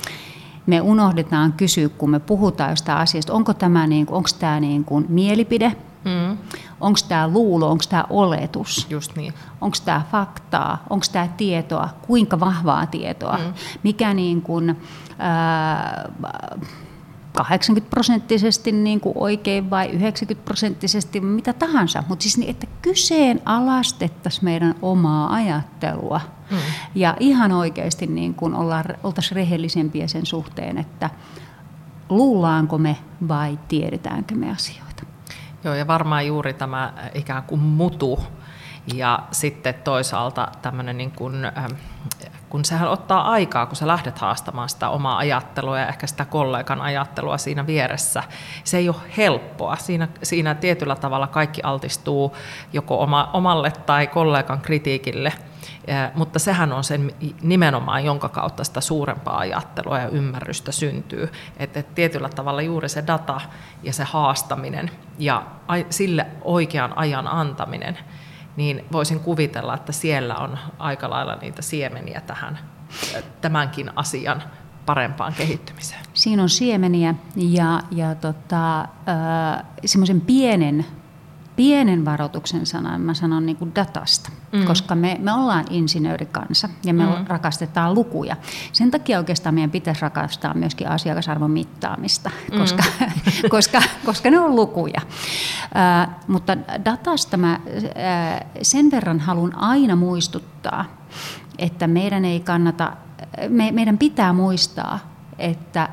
me unohdetaan kysyä, kun me puhutaan jostain asiasta, onko tämä niin, onko tämä niin kuin mielipide, mm. onko tämä luulo, onko tämä oletus, just niin. Onko tämä faktaa, onko tämä tietoa, kuinka vahvaa tietoa, mm. mikä niin kuin, ää, kahdeksankymmentä prosenttisesti niin kuin oikein vai yhdeksänkymmentä prosenttisesti, mitä tahansa, mutta siis niin, että kyseenalaistettaisiin meidän omaa ajattelua. Hmm. Ja ihan oikeasti niin kuin oltaisiin rehellisempiä sen suhteen, että luullaanko me vai tiedetäänkö me asioita. Joo, ja varmaan juuri tämä ikään kuin mutu Ja sitten toisaalta tämmöinen, niin kuin, kun sehän ottaa aikaa, kun sä lähdet haastamaan sitä omaa ajattelua ja ehkä sitä kollegan ajattelua siinä vieressä. Se ei ole helppoa. Siinä, siinä tietyllä tavalla kaikki altistuu joko oma, omalle tai kollegan kritiikille. Mutta sehän on sen nimenomaan, jonka kautta sitä suurempaa ajattelua ja ymmärrystä syntyy. Että tietyllä tavalla juuri se data ja se haastaminen ja sille oikean ajan antaminen, niin voisin kuvitella, että siellä on aika lailla niitä siemeniä tähän tämänkin asian parempaan kehittymiseen. Siinä on siemeniä ja, ja tota, semmoisen pienen Pienen varoituksen sanan mä sanon niin kuin datasta, mm. koska me, me ollaan insinöörikansa ja me mm. rakastetaan lukuja. Sen takia oikeastaan meidän pitäisi rakastaa myöskin asiakasarvon mittaamista, mm. koska, koska, koska ne on lukuja. Äh, mutta datasta mä äh, sen verran haluan aina muistuttaa, että meidän ei kannata, me, meidän pitää muistaa, että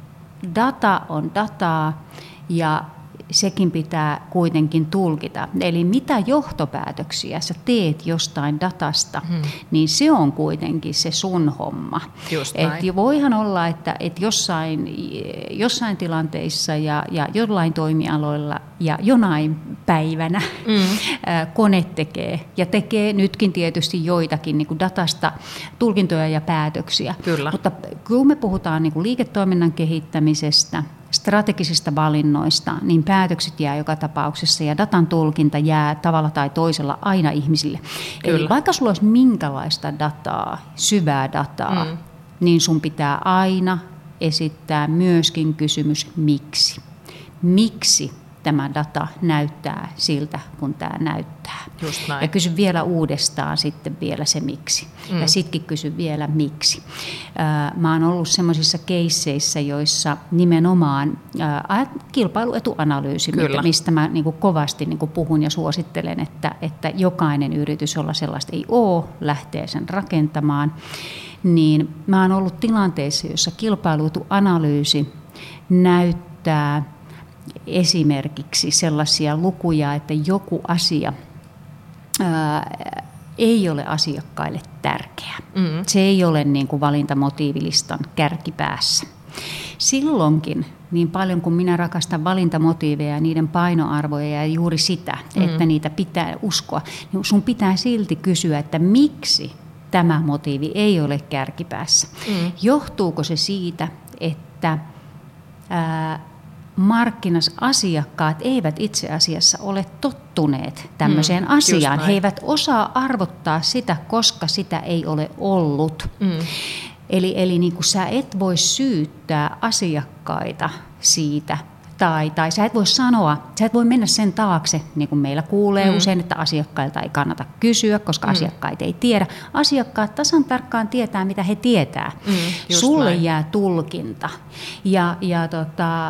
data on dataa ja sekin pitää kuitenkin tulkita. Eli mitä johtopäätöksiä sä teet jostain datasta, hmm. niin se on kuitenkin se sun homma. Et voihan olla, että et jossain, jossain tilanteissa ja, ja jollain toimialoilla ja jonain päivänä hmm. kone tekee, ja tekee nytkin tietysti joitakin niin kuin datasta tulkintoja ja päätöksiä. Kyllä. Mutta kun me puhutaan niin kuin liiketoiminnan kehittämisestä, strategisista valinnoista, niin päätökset jää joka tapauksessa ja datan tulkinta jää tavalla tai toisella aina ihmisille. Kyllä. Eli vaikka sulla olisi minkälaista dataa, syvää dataa, mm. niin sun pitää aina esittää myöskin kysymys miksi. Miksi tämä data näyttää siltä, kun tämä näyttää. Just näin. Ja kysy vielä uudestaan sitten vielä se miksi. Mm. Ja sittenkin kysy vielä miksi. Mä oon ollut semmoisissa keisseissä, joissa nimenomaan äh, kilpailuetuanalyysi, Kyllä. mistä mä niin kuin kovasti niin kuin puhun ja suosittelen, että, että jokainen yritys, jolla sellaista ei ole, lähtee sen rakentamaan. Niin mä oon ollut tilanteissa, joissa kilpailuetuanalyysi näyttää esimerkiksi sellaisia lukuja, että joku asia ää, ei ole asiakkaille tärkeä. Mm-hmm. Se ei ole niin kuin valintamotiivilistan kärkipäässä. Silloinkin, niin paljon kuin minä rakastan valintamotiiveja ja niiden painoarvoja ja juuri sitä, mm-hmm. että niitä pitää uskoa, niin sun pitää silti kysyä, että miksi tämä motiivi ei ole kärkipäässä. Mm-hmm. Johtuuko se siitä, että ää, markkinas asiakkaat eivät itse asiassa ole tottuneet tämmöiseen mm, asiaan. He eivät osaa arvottaa sitä, koska sitä ei ole ollut. Mm. Eli, eli niin kuin sä et voi syyttää asiakkaita siitä, tai, tai sä et voi sanoa, sä et voi mennä sen taakse, niin kuin meillä kuulee mm. usein, että asiakkailta ei kannata kysyä, koska mm. asiakkaat ei tiedä. Asiakkaat tasan tarkkaan tietää, mitä he tietää. Mm, Sulle näin. Jää tulkinta. Ja, ja tota,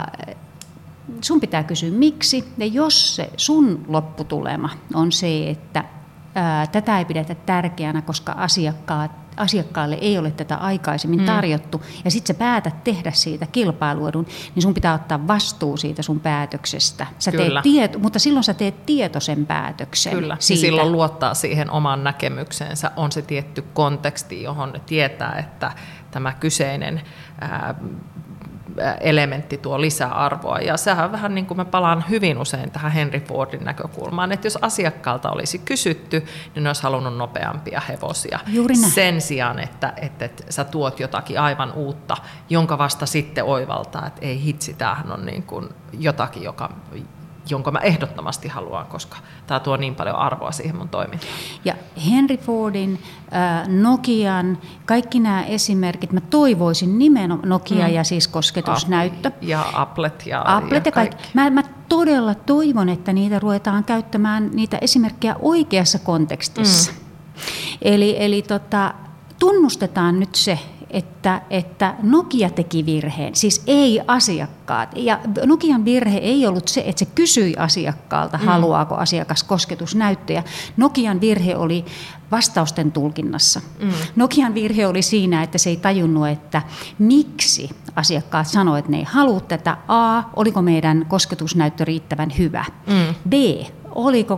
sun pitää kysyä miksi, ja jos se sun lopputulema on se, että ää, tätä ei pidetä tärkeänä, koska asiakkaat, asiakkaalle ei ole tätä aikaisemmin tarjottu, mm. ja sitten sä päätät tehdä siitä kilpailuedun, niin sun pitää ottaa vastuu siitä sun päätöksestä. Sä teet tieto, mutta silloin sä teet tietoisen päätöksen. Kyllä, siitä. Silloin luottaa siihen omaan näkemykseensä, on se tietty konteksti, johon tietää, että tämä kyseinen ää, elementti tuo lisäarvoa. Ja sehän on vähän niin kuin mä palaan hyvin usein tähän Henry Fordin näkökulmaan, että jos asiakkaalta olisi kysytty, niin ne olisi halunnut nopeampia hevosia. Sen sijaan, että, että, että sä tuot jotakin aivan uutta, jonka vasta sitten oivaltaa, että ei hitsi, tämähän on niin kuin jotakin, joka, jonka mä ehdottomasti haluan, koska tämä tuo niin paljon arvoa siihen mun toimintaan. Ja Henry Fordin, Nokian, kaikki nämä esimerkit, mä toivoisin nimenomaan Nokia mm. ja siis kosketusnäyttö. Ja Applet ja, Applet ja, ja kaikki. kaikki. Mä, mä todella toivon, että niitä ruvetaan käyttämään niitä esimerkkejä oikeassa kontekstissa. Mm. Eli, eli tota, tunnustetaan nyt se, Että, että Nokia teki virheen, siis ei asiakkaat. Ja Nokian virhe ei ollut se, että se kysyi asiakkaalta, mm. haluaako asiakas kosketusnäyttöjä. Nokian virhe oli vastausten tulkinnassa. Mm. Nokian virhe oli siinä, että se ei tajunnut, että miksi asiakkaat sanoivat, että ne ei halua tätä. A, oliko meidän kosketusnäyttö riittävän hyvä? Mm. B, oliko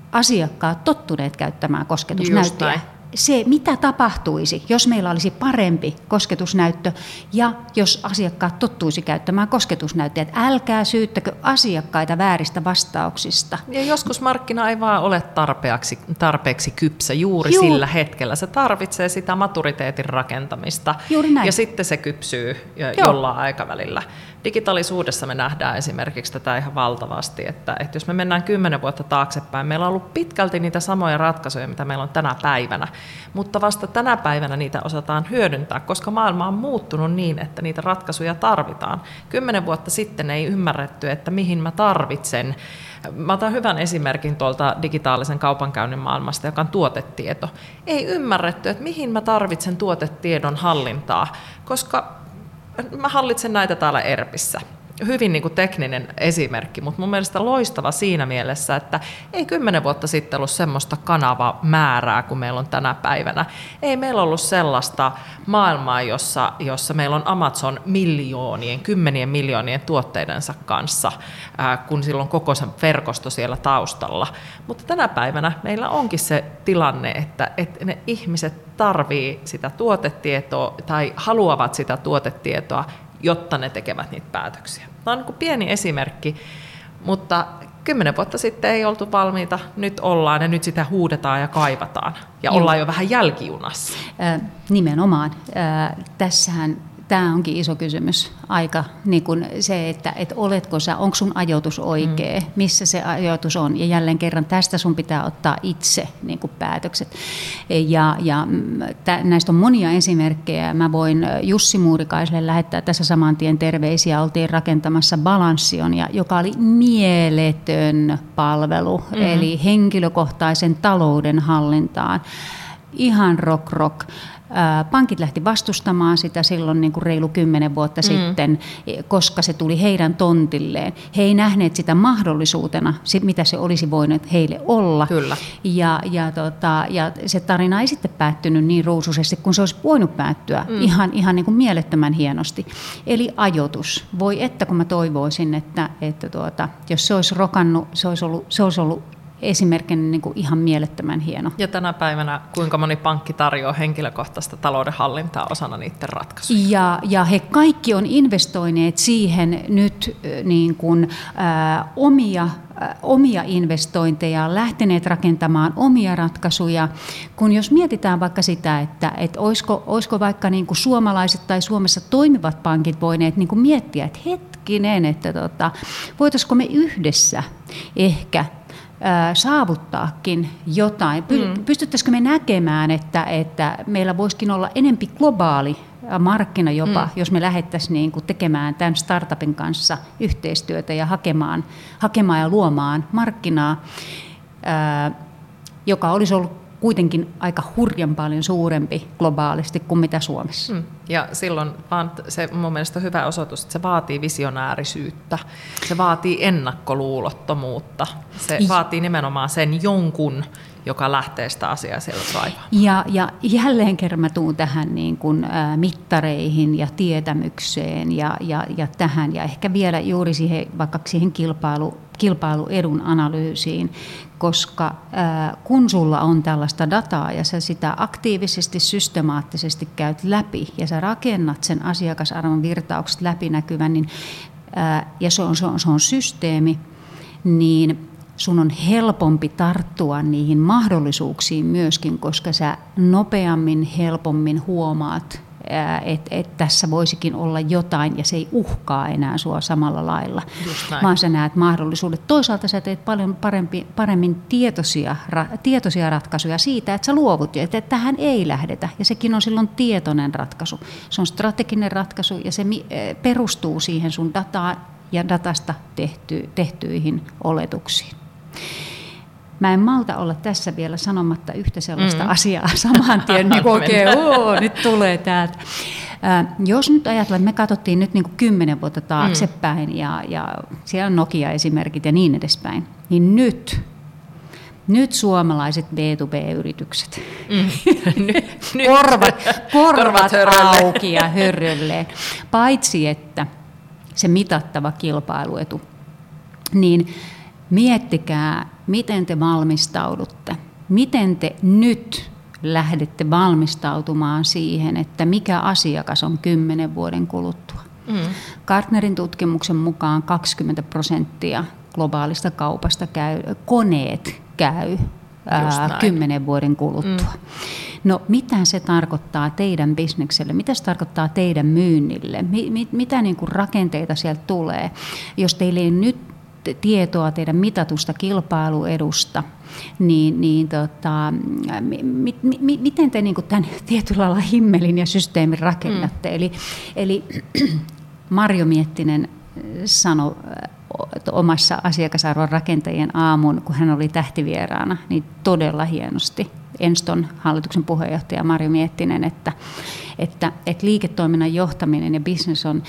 asiakkaat tottuneet käyttämään kosketusnäyttöjä. Se, mitä tapahtuisi, jos meillä olisi parempi kosketusnäyttö ja jos asiakkaat tottuisi käyttämään kosketusnäyttöjä. Että älkää syyttäkö asiakkaita vääristä vastauksista. Ja joskus markkina ei vaan ole tarpeeksi, tarpeeksi kypsä juuri Juu. sillä hetkellä. Se tarvitsee sitä maturiteetin rakentamista ja sitten se kypsyy Joo. jollain aikavälillä. Digitaalisuudessa me nähdään esimerkiksi tätä ihan valtavasti, että, että jos me mennään kymmenen vuotta taaksepäin, meillä on ollut pitkälti niitä samoja ratkaisuja, mitä meillä on tänä päivänä, mutta vasta tänä päivänä niitä osataan hyödyntää, koska maailma on muuttunut niin, että niitä ratkaisuja tarvitaan. Kymmenen vuotta sitten ei ymmärretty, että mihin mä tarvitsen. Mä otan hyvän esimerkin tuolta digitaalisen kaupankäynnin maailmasta, joka on tuotetieto. Ei ymmärretty, että mihin mä tarvitsen tuotetiedon hallintaa, koska mä hallitsen näitä täällä ERPissä. Hyvin niin kuin tekninen esimerkki, mutta mun mielestä loistava siinä mielessä, että ei kymmenen vuotta sitten ollut semmoista kanavamäärää kuin meillä on tänä päivänä. Ei meillä ollut sellaista maailmaa, jossa, jossa meillä on Amazon miljoonien, kymmenien miljoonien tuotteidensa kanssa, ää, kun silloin koko se verkosto siellä taustalla. Mutta tänä päivänä meillä onkin se tilanne, että, että ne ihmiset tarvii sitä tuotetietoa tai haluavat sitä tuotetietoa, jotta ne tekevät niitä päätöksiä. Tämä on niin kuin pieni esimerkki, mutta kymmenen vuotta sitten ei oltu valmiita, nyt ollaan ja nyt sitä huudetaan ja kaivataan ja Joo. ollaan jo vähän jälkijunassa. Äh, nimenomaan. Äh, tässähän tämä onkin iso kysymys, aika niin kuin se, että et oletko sä, onko sun ajoitus oikea, mm. missä se ajoitus on, ja jälleen kerran tästä sun pitää ottaa itse niin kuin päätökset. Ja, ja tä, näistä on monia esimerkkejä. Mä voin Jussi Muurikaiselle lähettää tässä saman tien terveisiä. Oltiin rakentamassa Balansion, ja, joka oli mieletön palvelu, mm-hmm. eli henkilökohtaisen talouden hallintaan. Ihan rock rock. Pankit lähti vastustamaan sitä silloin niin kuin reilu kymmenen vuotta mm. sitten, koska se tuli heidän tontilleen. He ei nähneet sitä mahdollisuutena, mitä se olisi voinut heille olla. Kyllä. Ja, ja, tota, ja se tarina ei sitten päättynyt niin ruusuisesti, kun se olisi voinut päättyä mm. ihan, ihan niin kuin mielettömän hienosti. Eli ajoitus. Voi että kun mä toivoisin, että, että tuota, jos se olisi rokannut, se olisi ollut, se olisi ollut esimerkkinä niin kuin ihan mielettömän hieno. Ja tänä päivänä kuinka moni pankki tarjoaa henkilökohtaista taloudenhallintaa osana niiden ratkaisuja? Ja, ja he kaikki on investoineet siihen nyt niin kuin, ä, omia, ä, omia investointeja, lähteneet rakentamaan omia ratkaisuja. Kun jos mietitään vaikka sitä, että et olisiko, olisiko vaikka niin kuin suomalaiset tai Suomessa toimivat pankit voineet niin kuin miettiä, että hetkinen, että tota, voitaisiko me yhdessä ehkä saavuttaakin jotain. Pystyttäisikö me näkemään, että, että meillä voisikin olla enempi globaali markkina jopa, mm. jos me lähdettäisiin niin kuin tekemään tämän startupin kanssa yhteistyötä ja hakemaan, hakemaan ja luomaan markkinaa, ää, joka olisi ollut kuitenkin aika hurjan paljon suurempi globaalisti kuin mitä Suomessa. Mm. Ja silloin vaan se mun mielestä hyvä osoitus, että se vaatii visionäärisyyttä, se vaatii ennakkoluulottomuutta, se I... vaatii nimenomaan sen jonkun, joka lähtee sitä asiaa siellä raivaamaan. Ja, ja jälleen kerran mä tuun tähän niin kuin, ä, mittareihin ja tietämykseen ja, ja, ja tähän ja ehkä vielä juuri siihen, vaikka siihen kilpailu, kilpailuedun analyysiin, koska ä, kun sulla on tällaista dataa ja sä sitä aktiivisesti, systemaattisesti käyt läpi ja sä rakennat sen asiakasarvon virtaukset läpinäkyvän, niin, ä, ja se on, se, on, se on systeemi, niin sun on helpompi tarttua niihin mahdollisuuksiin myöskin, koska sä nopeammin, helpommin huomaat, että et tässä voisikin olla jotain ja se ei uhkaa enää sua samalla lailla, vaan sä näet mahdollisuudet. Toisaalta sä teet paljon parempi, paremmin tietoisia, ra, tietoisia ratkaisuja siitä, että sä luovut ja että tähän ei lähdetä. Ja sekin on silloin tietoinen ratkaisu. Se on strateginen ratkaisu ja se perustuu siihen sun dataan ja datasta tehty, tehtyihin oletuksiin. Mä en malta olla tässä vielä sanomatta yhtä sellaista mm. asiaa saman tien, niin okei, okay, nyt tulee täältä. Äh, jos nyt ajatellaan, me katsottiin nyt niin kuin kymmenen vuotta taaksepäin, mm. ja, ja siellä on Nokia-esimerkit ja niin edespäin, niin nyt, nyt suomalaiset B to B-yritykset, mm. korvat, korvat auki ja hörrölleen, paitsi että se mitattava kilpailuetu, niin miettikää, miten te valmistaudutte, miten te nyt lähdette valmistautumaan siihen, että mikä asiakas on kymmenen vuoden kuluttua. Mm. Gartnerin tutkimuksen mukaan kaksikymmentä prosenttia globaalista kaupasta käy, koneet käy kymmenen vuoden kuluttua. Mm. No mitä se tarkoittaa teidän bisnekselle, mitä se tarkoittaa teidän myynnille, mi, mit, mitä niin kuin rakenteita sieltä tulee, jos teillä ei nyt tietoa teidän mitatusta kilpailuedusta, niin, niin tota, mi, mi, mi, miten te niin kuin tämän tietyllä lailla himmelin ja systeemin rakennatte. Mm. Eli, eli Marjo Miettinen sanoi omassa asiakasarvon rakentajien aamun, kun hän oli tähtivieraana, niin todella hienosti. Enston hallituksen puheenjohtaja Marjo Miettinen, että, että, että liiketoiminnan johtaminen ja business on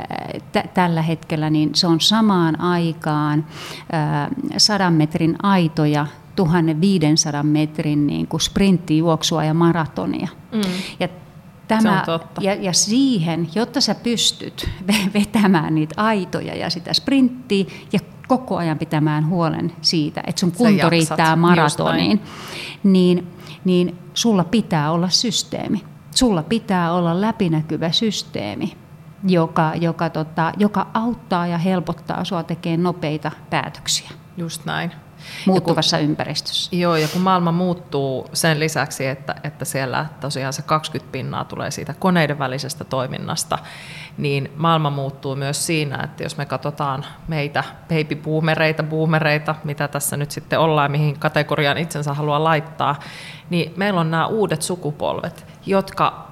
t- tällä hetkellä, niin se on samaan aikaan ää, sadan metrin aitoja, tuhatviisisataa metrin niin kuin sprinttijuoksua ja maratonia. Mm. Ja Tämä, ja, ja siihen, jotta sä pystyt vetämään niitä aitoja ja sitä sprinttiä ja koko ajan pitämään huolen siitä, että sun kunto riittää maratoniin, niin, niin sulla pitää olla systeemi. Sulla pitää olla läpinäkyvä systeemi, joka, joka, tota, joka auttaa ja helpottaa sua tekemään nopeita päätöksiä. Just näin. Muuttuvassa kun, ympäristössä. Joo, ja kun maailma muuttuu sen lisäksi, että, että siellä tosiaan se kaksikymmentä pinnaa tulee siitä koneiden välisestä toiminnasta, niin maailma muuttuu myös siinä, että jos me katsotaan meitä baby-boomereita, boomereita, mitä tässä nyt sitten ollaan, mihin kategoriaan itsensä haluaa laittaa, niin meillä on nämä uudet sukupolvet, jotka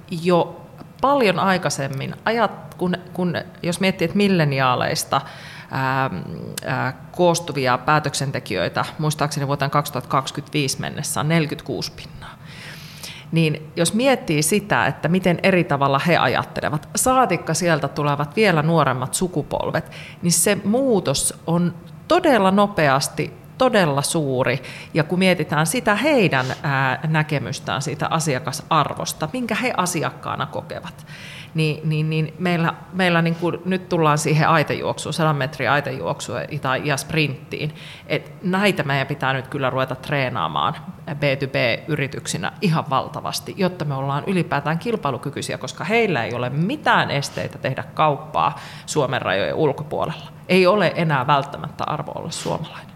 jo paljon aikaisemmin, ajat, kun, kun, jos miettii, että milleniaaleista, Ää, ää, koostuvia päätöksentekijöitä, muistaakseni vuoteen kaksituhattakaksikymmentäviisi mennessä on neljäkymmentäkuusi pinnaa. Niin jos miettii sitä, että miten eri tavalla he ajattelevat, saatikka sieltä tulevat vielä nuoremmat sukupolvet, niin se muutos on todella nopeasti, todella suuri. Ja kun mietitään sitä heidän ää, näkemystään siitä asiakasarvosta, minkä he asiakkaana kokevat, niin, niin, niin meillä, meillä niin kuin nyt tullaan siihen aitejuoksuun, sadan metrin aitejuoksuun tai ja sprinttiin, että näitä meidän pitää nyt kyllä ruveta treenaamaan B to B-yrityksinä ihan valtavasti, jotta me ollaan ylipäätään kilpailukykyisiä, koska heillä ei ole mitään esteitä tehdä kauppaa Suomen rajojen ulkopuolella. Ei ole enää välttämättä arvo olla suomalainen.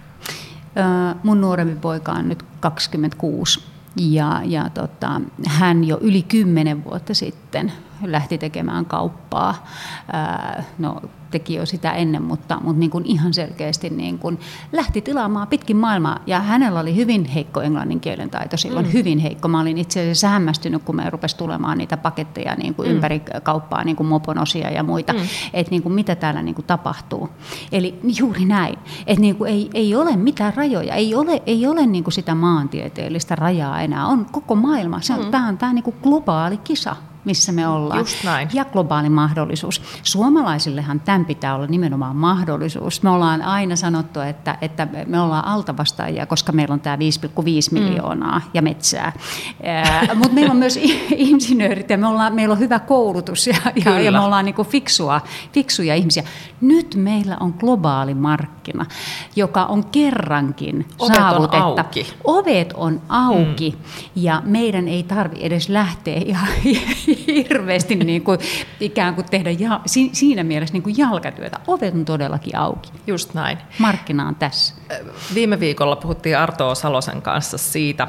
Mun nuorempi poika on nyt kaksikymmentäkuusi ja, ja tota, hän jo yli kymmenen vuotta sitten lähti tekemään kauppaa. Ää, no, teki jo sitä ennen, mutta, mutta niin kuin ihan selkeästi niin kuin lähti tilaamaan pitkin maailmaa. Ja hänellä oli hyvin heikko englannin kielen taito silloin, mm. hyvin heikko. Mä olin itse asiassa hämmästynyt, kun me rupesi tulemaan niitä paketteja niin kuin mm. ympäri kauppaa, niin kuin mopon osia ja muita, mm. että niin kuin mitä täällä niin kuin tapahtuu. Eli juuri näin, että niin kuin ei, ei ole mitään rajoja, ei ole, ei ole niin kuin sitä maantieteellistä rajaa enää, on koko maailma. Se on, mm. Tämä on tämä niin kuin globaali kisa, missä me ollaan. Ja globaali mahdollisuus. Suomalaisillehan tämän pitää olla nimenomaan mahdollisuus. Me ollaan aina sanottu, että, että me ollaan altavastaajia, koska meillä on tämä viisi pilkku viisi miljoonaa mm. ja metsää. Mutta meillä on myös insinöörit ja me ollaan, meillä on hyvä koulutus ja, ja, ja me ollaan niinku fiksua, fiksuja ihmisiä. Nyt meillä on globaali markkina, joka on kerrankin Ovet saavutettava. On auki. Ovet on auki mm. ja meidän ei tarvitse edes lähteä ihan hirveästi niin kuin, ikään kuin tehdä ja, siinä mielessä niin kuin jalkatyötä. Ovet on todellakin auki. Just näin. Markkina on tässä. Viime viikolla puhuttiin Arto Salosen kanssa siitä,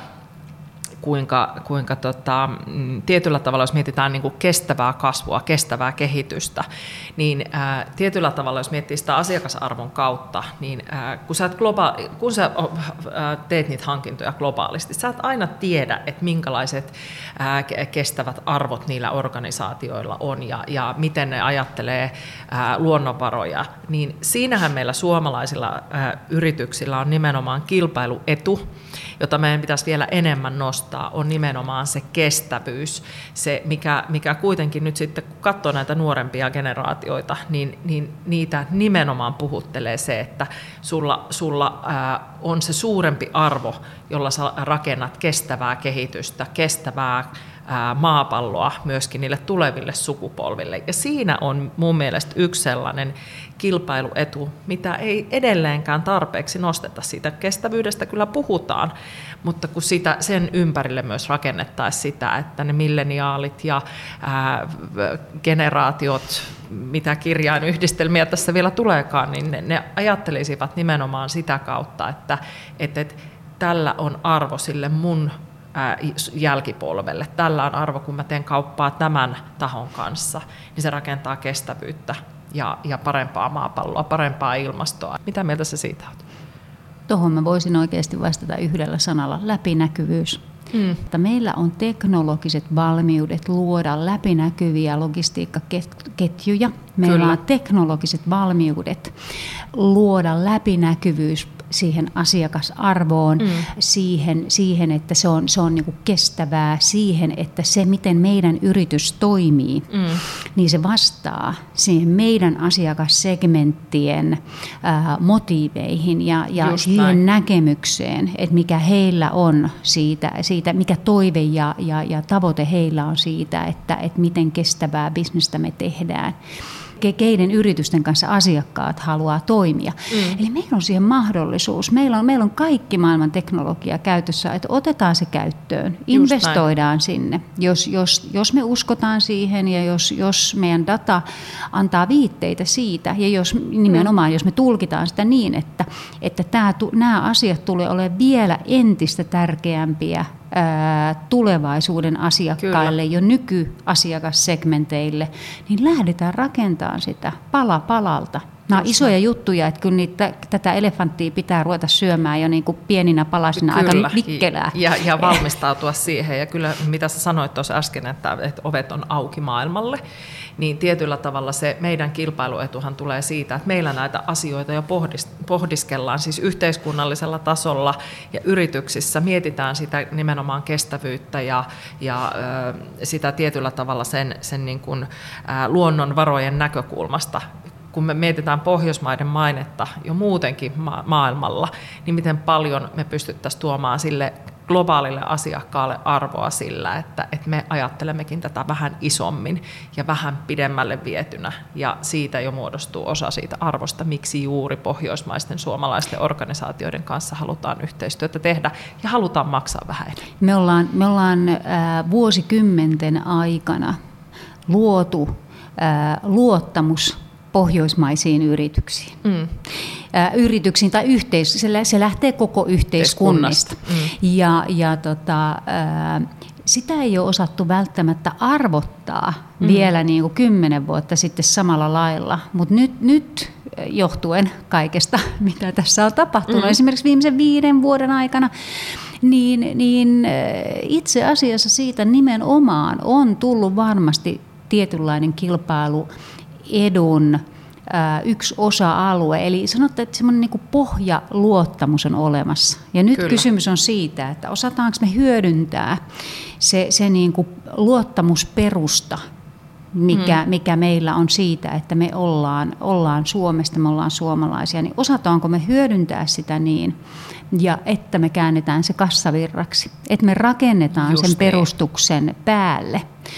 kuinka, kuinka tota, tietyllä tavalla, jos mietitään niin kuin kestävää kasvua, kestävää kehitystä, niin ää, tietyllä tavalla, jos miettii sitä asiakasarvon kautta, niin ää, kun, sä globa- kun sä ää, teet niitä hankintoja globaalisti, sä et aina tiedä, että minkälaiset ää, kestävät arvot niillä organisaatioilla on ja, ja miten ne ajattelee ää, luonnonvaroja, niin siinähän meillä suomalaisilla ää, yrityksillä on nimenomaan kilpailuetu, jota meidän pitäisi vielä enemmän nostaa, on nimenomaan se kestävyys, se mikä, mikä kuitenkin nyt sitten, kun katsoo näitä nuorempia generaatioita, niin, niin niitä nimenomaan puhuttelee se, että sulla, sulla ää, on se suurempi arvo, jolla sä rakennat kestävää kehitystä, kestävää ää, maapalloa myöskin niille tuleville sukupolville. Ja siinä on mun mielestä yksi sellainen kilpailuetu, mitä ei edelleenkään tarpeeksi nosteta. Siitä kestävyydestä kyllä puhutaan, mutta kun sitä, sen ympärille myös rakennettaisiin sitä, että ne milleniaalit ja ää, generaatiot, mitä kirjainyhdistelmiä tässä vielä tuleekaan, niin ne, ne ajattelisivat nimenomaan sitä kautta, että, että, että tällä on arvo sille mun ää, jälkipolvelle. Tällä on arvo, kun mä teen kauppaa tämän tahon kanssa, niin se rakentaa kestävyyttä ja, ja parempaa maapalloa, parempaa ilmastoa. Mitä mieltä sä siitä olet? Tuohon mä voisin oikeasti vastata yhdellä sanalla, läpinäkyvyys. Mm. Että meillä on teknologiset valmiudet luoda läpinäkyviä logistiikkaketjuja. Meillä Kyllä. on teknologiset valmiudet luoda läpinäkyvyys siihen asiakasarvoon, mm. siihen, siihen, että se on, se on niin kuin kestävää, siihen, että se, miten meidän yritys toimii, mm. niin se vastaa siihen meidän asiakassegmenttien ää, motiiveihin ja, ja siihen näin. näkemykseen, että mikä heillä on siitä, siitä mikä toive ja, ja, ja tavoite heillä on siitä, että, että miten kestävää bisnestä me tehdään. Keiden yritysten kanssa asiakkaat haluaa toimia. Mm. Eli meillä on siihen mahdollisuus. Meillä on, meillä on kaikki maailman teknologia käytössä, että otetaan se käyttöön, investoidaan sinne. Jos, jos, jos me uskotaan siihen ja jos, jos meidän data antaa viitteitä siitä ja jos nimenomaan, mm. jos me tulkitaan sitä niin, että, että tämä, nämä asiat tulee olemaan vielä entistä tärkeämpiä tulevaisuuden asiakkaille, Kyllä. jo nykyasiakassegmenteille, niin lähdetään rakentamaan sitä pala palalta. Nämä on isoja juttuja, että kyllä niitä, tätä elefanttia pitää ruveta syömään jo niin kuin pieninä palasina kyllä. aika vikkelää. Ja, ja valmistautua siihen. Ja kyllä mitä sä sanoit tuossa äsken, että, että ovet on auki maailmalle, niin tietyllä tavalla se meidän kilpailuetuhan tulee siitä, että meillä näitä asioita jo pohdiskellaan siis yhteiskunnallisella tasolla ja yrityksissä mietitään sitä nimenomaan kestävyyttä ja, ja äh, sitä tietyllä tavalla sen, sen niin kuin, äh, luonnonvarojen näkökulmasta. Kun me mietitään Pohjoismaiden mainetta jo muutenkin ma- maailmalla, niin miten paljon me pystyttäisiin tuomaan sille globaalille asiakkaalle arvoa sillä, että, että me ajattelemmekin tätä vähän isommin ja vähän pidemmälle vietynä. Ja siitä jo muodostuu osa siitä arvosta, miksi juuri pohjoismaisten suomalaisten organisaatioiden kanssa halutaan yhteistyötä tehdä ja halutaan maksaa vähän enemmän. Me ollaan, me ollaan äh, vuosikymmenten aikana luotu äh, luottamus pohjoismaisiin yrityksiin. Mm. Äh, yrityksiin tai yhteis- se, se lähtee koko yhteiskunnasta. Mm. Ja, ja tota, äh, sitä ei ole osattu välttämättä arvottaa mm. vielä niin kuin kymmenen vuotta sitten samalla lailla, mutta nyt, nyt johtuen kaikesta, mitä tässä on tapahtunut, mm. esimerkiksi viimeisen viiden vuoden aikana, niin, niin itse asiassa siitä nimenomaan on tullut varmasti tietynlainen kilpailu edun yksi osa-alue. Eli sanotaan, että semmoinen niin kuin pohjaluottamus on olemassa. Ja nyt Kyllä. kysymys on siitä, että osataanko me hyödyntää se, se niin kuin luottamusperusta, mikä, hmm. mikä meillä on siitä, että me ollaan, ollaan Suomesta, me ollaan suomalaisia, niin osataanko me hyödyntää sitä niin, ja että me käännetään se kassavirraksi. Että me rakennetaan Just sen niin. perustuksen päälle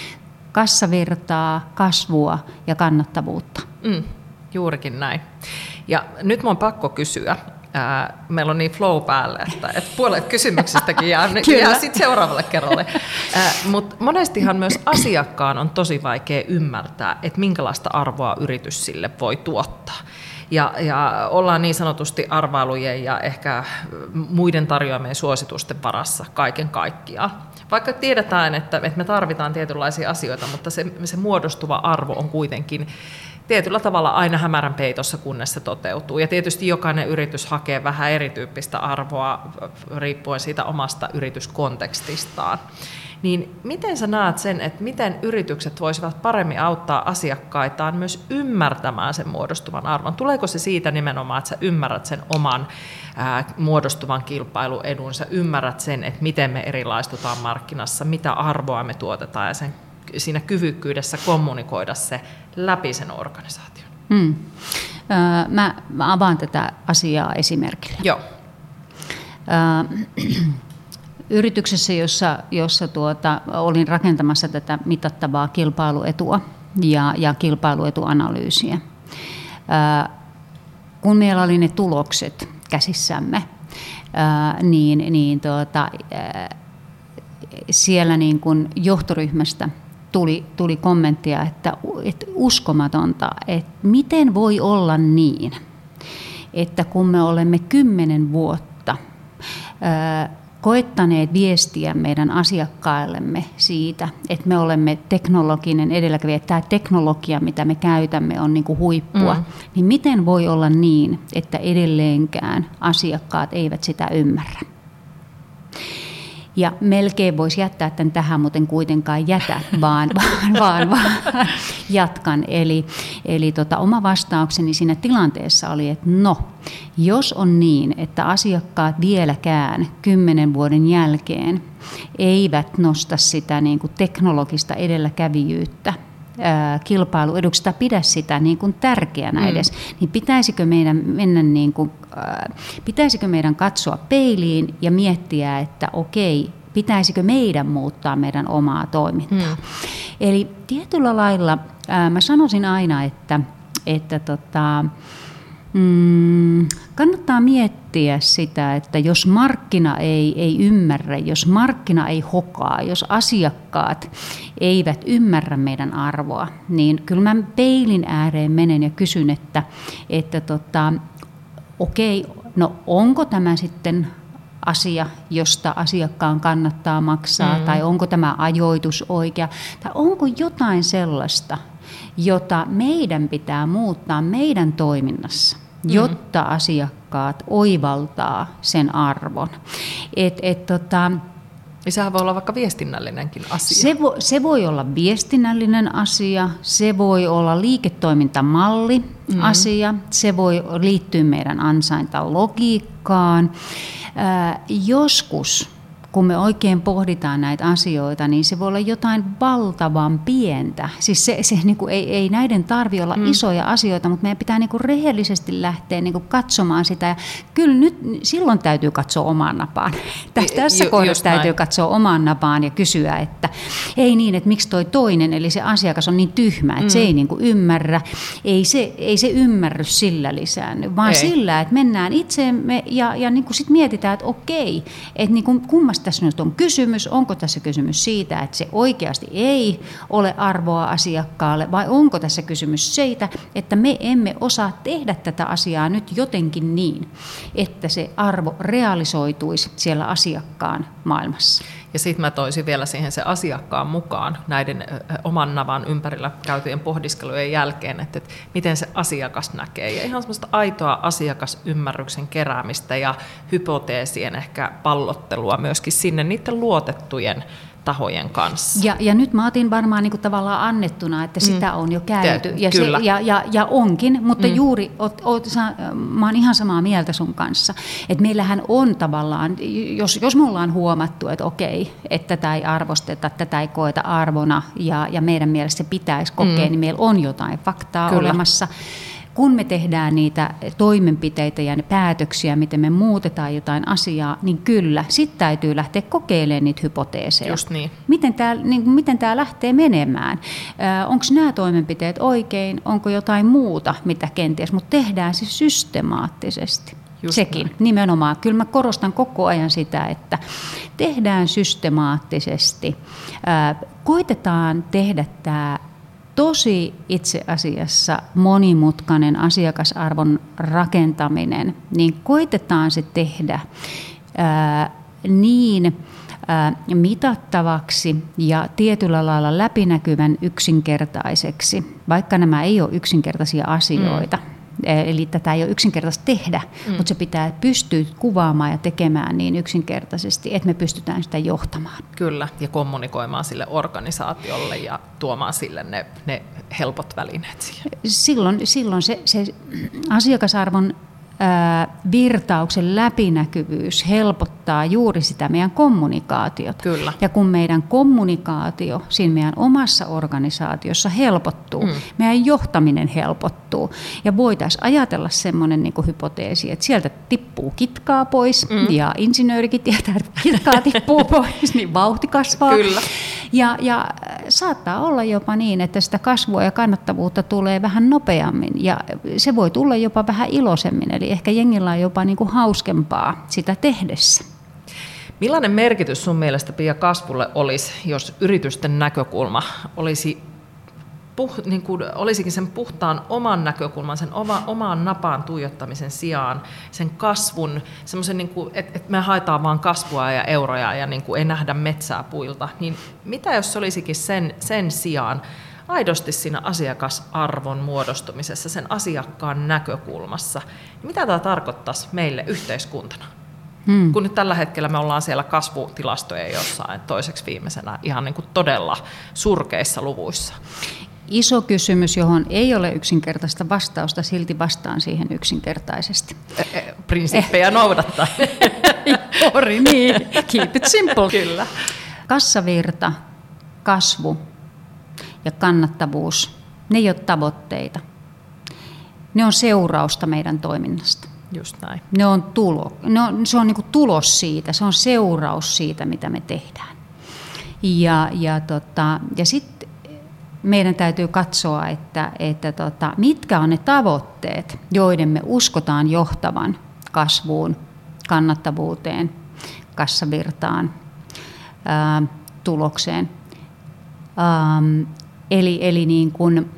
kassavirtaa, kasvua ja kannattavuutta. Mm, juurikin näin. Ja nyt mun on pakko kysyä. Ää, meillä on niin flow päälle, että, että puolet kysymyksistäkin jää, jää sitten seuraavalle kerralle. Mutta monestihan myös asiakkaan on tosi vaikea ymmärtää, että minkälaista arvoa yritys sille voi tuottaa. Ja, ja ollaan niin sanotusti arvailujen ja ehkä muiden tarjoamien suositusten varassa kaiken kaikkiaan. Vaikka tiedetään, että, että me tarvitaan tietynlaisia asioita, mutta se, se muodostuva arvo on kuitenkin tietyllä tavalla aina hämärän peitossa, kunnes se toteutuu. Ja tietysti jokainen yritys hakee vähän erityyppistä arvoa riippuen siitä omasta yrityskontekstistaan. Niin miten sä näet sen, että miten yritykset voisivat paremmin auttaa asiakkaitaan myös ymmärtämään sen muodostuvan arvon? Tuleeko se siitä nimenomaan, että sä ymmärrät sen oman ää, muodostuvan kilpailuedun, sä ymmärrät sen, että miten me erilaistutaan markkinassa, mitä arvoa me tuotetaan ja sen, siinä kyvykkyydessä kommunikoida se läpi sen organisaation? Hmm. Öö, mä, mä avaan tätä asiaa esimerkillä. Joo. Öö, yrityksessä, jossa, jossa tuota, olin rakentamassa tätä mitattavaa kilpailuetua ja, ja kilpailuetuanalyysiä. Ää, kun meillä oli ne tulokset käsissämme, ää, niin, niin tuota, ää, siellä niin kuin johtoryhmästä tuli, tuli kommenttia, että, että uskomatonta, että miten voi olla niin, että kun me olemme kymmenen vuotta ää, koettaneet viestiä meidän asiakkaillemme siitä, että me olemme teknologinen edelläkävijä, että tämä teknologia, mitä me käytämme, on niin kuin huippua, mm. niin miten voi olla niin, että edelleenkään asiakkaat eivät sitä ymmärrä? Ja melkein voisi jättää tämän tähän, mutta en kuitenkaan jätä, vaan, vaan, vaan, vaan jatkan. Eli, eli tota, oma vastaukseni siinä tilanteessa oli, että no, jos on niin, että asiakkaat vieläkään kymmenen vuoden jälkeen eivät nosta sitä niin kuin teknologista edelläkävijyyttä, kilpailueduksi tai pidä sitä niin kuin tärkeänä edes, mm. niin pitäisikö meidän mennä niin kuin, äh, pitäisikö meidän katsoa peiliin ja miettiä, että okei, pitäisikö meidän muuttaa meidän omaa toimintaa. Mm. Eli tietyllä lailla äh, mä sanoisin aina, että, että tota, mm, kannattaa miettiä sitä, että jos markkina ei, ei ymmärrä, jos markkina ei hokaa, jos asiakkaat eivät ymmärrä meidän arvoa, niin kyllä mä peilin ääreen menen ja kysyn, että, että tota, okei, no onko tämä sitten asia, josta asiakkaan kannattaa maksaa, mm. tai onko tämä ajoitus oikea, tai onko jotain sellaista, jota meidän pitää muuttaa meidän toiminnassa, jotta mm. asiakkaat oivaltaa sen arvon. Et, et, tota, ja sehän voi olla vaikka viestinnällinenkin asia. Se, vo, se voi olla viestinnällinen asia, se voi olla liiketoimintamalli mm. asia, se voi liittyä meidän ansaintalogiikkaan. Ää, joskus, kun me oikein pohditaan näitä asioita, niin se voi olla jotain valtavan pientä. Siis se, se niin kuin ei, ei näiden tarvitse olla mm. isoja asioita, mutta meidän pitää niin kuin rehellisesti lähteä niin kuin katsomaan sitä. Ja kyllä nyt silloin täytyy katsoa omaan napaan. Tässä Ju, kohdassa täytyy näin. katsoa omaan napaan ja kysyä, että ei niin, että miksi toi toinen, eli se asiakas on niin tyhmä, että mm. se ei niin kuin ymmärrä. Ei se, ei se ymmärrys sillä lisäänny, vaan ei. sillä, että mennään itseemme ja, ja niin kuin sit mietitään, että okei, että niin kuin kummasta tässä nyt on kysymys, onko tässä kysymys siitä, että se oikeasti ei ole arvoa asiakkaalle, vai onko tässä kysymys siitä, että me emme osaa tehdä tätä asiaa nyt jotenkin niin, että se arvo realisoituisi siellä asiakkaan maailmassa. Ja sitten mä toisin vielä siihen se asiakkaan mukaan näiden oman navan ympärillä käytyjen pohdiskelujen jälkeen, että, että miten se asiakas näkee. Ja ihan semmoista aitoa asiakasymmärryksen keräämistä ja hypoteesien ehkä pallottelua myöskin sinne niiden luotettujen tahojen kanssa. Ja, ja nyt mä otin varmaan niin kuin tavallaan annettuna, että sitä mm. on jo käyty. Te, ja, se, ja, ja, ja onkin, mutta mm. juuri oot, oot, sä, mä oon ihan samaa mieltä sun kanssa. Että meillähän on tavallaan, jos, jos me ollaan huomattu, että okei, että tätä ei arvosteta, tätä ei koeta arvona ja, ja meidän mielestä se pitäisi kokea, mm. niin meillä on jotain faktaa Kyllä. olemassa. Kun me tehdään niitä toimenpiteitä ja ne päätöksiä, miten me muutetaan jotain asiaa, niin kyllä, sitten täytyy lähteä kokeilemaan niitä hypoteeseja. Just niin. Miten tämä niin, miten tämä lähtee menemään? Onko nämä toimenpiteet oikein? Onko jotain muuta, mitä kenties? Mutta tehdään se systemaattisesti. Just Sekin näin. Nimenomaan. Kyllä mä korostan koko ajan sitä, että tehdään systemaattisesti. Koitetaan tehdä tämä tosi itse asiassa monimutkainen asiakasarvon rakentaminen, niin koitetaan se tehdä ää, niin ää, mitattavaksi ja tietyllä lailla läpinäkyvän yksinkertaiseksi, vaikka nämä ei ole yksinkertaisia asioita. Mm. Eli tätä ei ole yksinkertaista tehdä, mm. mutta se pitää pystyä kuvaamaan ja tekemään niin yksinkertaisesti, että me pystytään sitä johtamaan. Kyllä, ja kommunikoimaan sille organisaatiolle ja tuomaan sille ne, ne helpot välineet siihen. Silloin, silloin se, se asiakasarvon virtauksen läpinäkyvyys helpottaa juuri sitä meidän kommunikaatiota. Kyllä. Ja kun meidän kommunikaatio siinä meidän omassa organisaatiossa helpottuu, mm. meidän johtaminen helpottuu. Ja voitaisiin ajatella semmoinen niin kuin hypoteesi, että sieltä tippuu kitkaa pois, mm. ja insinöörikin tietää, että kitkaa tippuu pois, niin vauhti kasvaa. Kyllä. Ja, ja saattaa olla jopa niin, että sitä kasvua ja kannattavuutta tulee vähän nopeammin, ja se voi tulla jopa vähän iloisemmin, eli ehkä jengillä on jopa niin kuin hauskempaa sitä tehdessä. Millainen merkitys sun mielestä, Pia, kasvulle olisi, jos yritysten näkökulma olisi, puh, niin kuin, olisikin sen puhtaan oman näkökulman, sen oma, omaan napaan tuijottamisen sijaan, sen kasvun, semmoisen, niin kuin, että, että me haetaan vaan kasvua ja euroja ja niin kuin ei nähdä metsää puilta, niin mitä jos se olisikin sen, sen sijaan aidosti siinä asiakasarvon muodostumisessa, sen asiakkaan näkökulmassa, niin mitä tämä tarkoittaisi meille yhteiskuntana? Hmm. Kun nyt tällä hetkellä me ollaan siellä kasvutilastojen jossain toiseksi viimeisenä ihan niin kuin todella surkeissa luvuissa. Iso kysymys, johon ei ole yksinkertaista vastausta, silti vastaan siihen yksinkertaisesti. Prinsiippejä eh. noudattaa. Juuri niin, keep it simple. Kyllä. Kassavirta, kasvu ja kannattavuus, ne ei ole tavoitteita. Ne on seurausta meidän toiminnasta. Just näin. Ne on tulo, ne on, se on niin kuin tulos siitä, se on seuraus siitä, mitä me tehdään. Ja, ja, tota, ja sitten meidän täytyy katsoa, että, että tota, mitkä on ne tavoitteet, joiden me uskotaan johtavan kasvuun, kannattavuuteen, kassavirtaan, ää, tulokseen. Ähm, eli eli niin kuin,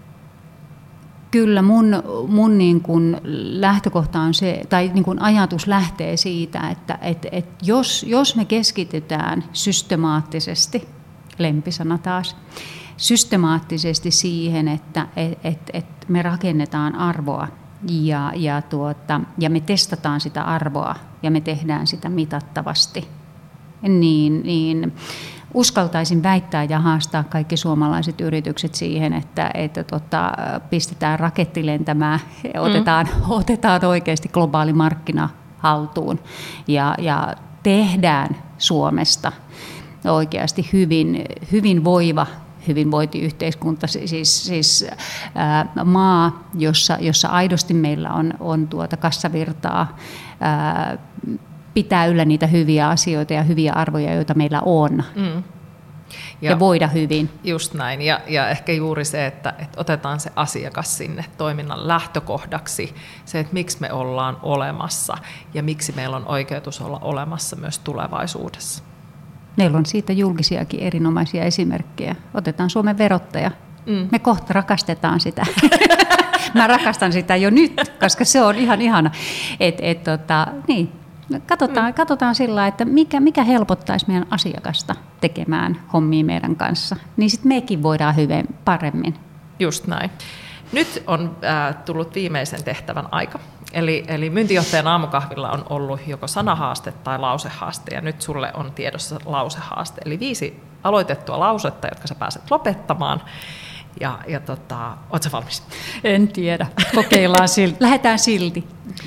kyllä mun, mun niin kuin lähtökohta on se, tai niin kuin ajatus lähtee siitä, että et, et jos, jos me keskitytään systemaattisesti, lempisana taas, systemaattisesti siihen, että et, et, et me rakennetaan arvoa ja, ja, tuota, ja me testataan sitä arvoa ja me tehdään sitä mitattavasti, niin, niin uskaltaisin väittää ja haastaa kaikki suomalaiset yritykset siihen, että, että tota, pistetään raketti lentämään, otetaan, mm. otetaan oikeasti globaali markkina haltuun ja, ja tehdään Suomesta oikeasti hyvin, hyvin voiva hyvinvointiyhteiskunta, siis, siis ää, maa, jossa, jossa aidosti meillä on, on tuota kassavirtaa, ää, pitää yllä niitä hyviä asioita ja hyviä arvoja, joita meillä on. Mm. Ja, ja voida hyvin. Just näin. Ja, ja ehkä juuri se, että, että otetaan se asiakas sinne toiminnan lähtökohdaksi. Se, että miksi me ollaan olemassa ja miksi meillä on oikeutus olla olemassa myös tulevaisuudessa. Meillä on siitä julkisiakin erinomaisia esimerkkejä. Otetaan Suomen verottaja. Mm. Me kohta rakastetaan sitä. Mä rakastan sitä jo nyt, koska se on ihan ihana. Et, et, tota, niin. Katsotaan, mm. katsotaan sillä, että mikä, mikä helpottaisi meidän asiakasta tekemään hommia meidän kanssa, niin sitten mekin voidaan hyvin paremmin. Just näin. Nyt on äh, tullut viimeisen tehtävän aika. Eli, eli myyntijohtajan aamukahvilla on ollut joko sanahaaste tai lausehaaste, ja nyt sulle on tiedossa lausehaaste. Eli viisi aloitettua lausetta, jotka sä pääset lopettamaan. Ja, ja tota, ootko sä valmis? En tiedä. Kokeillaan silti. Lähdetään silti.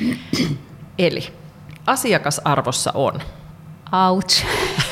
Eli asiakasarvossa on. Ouch.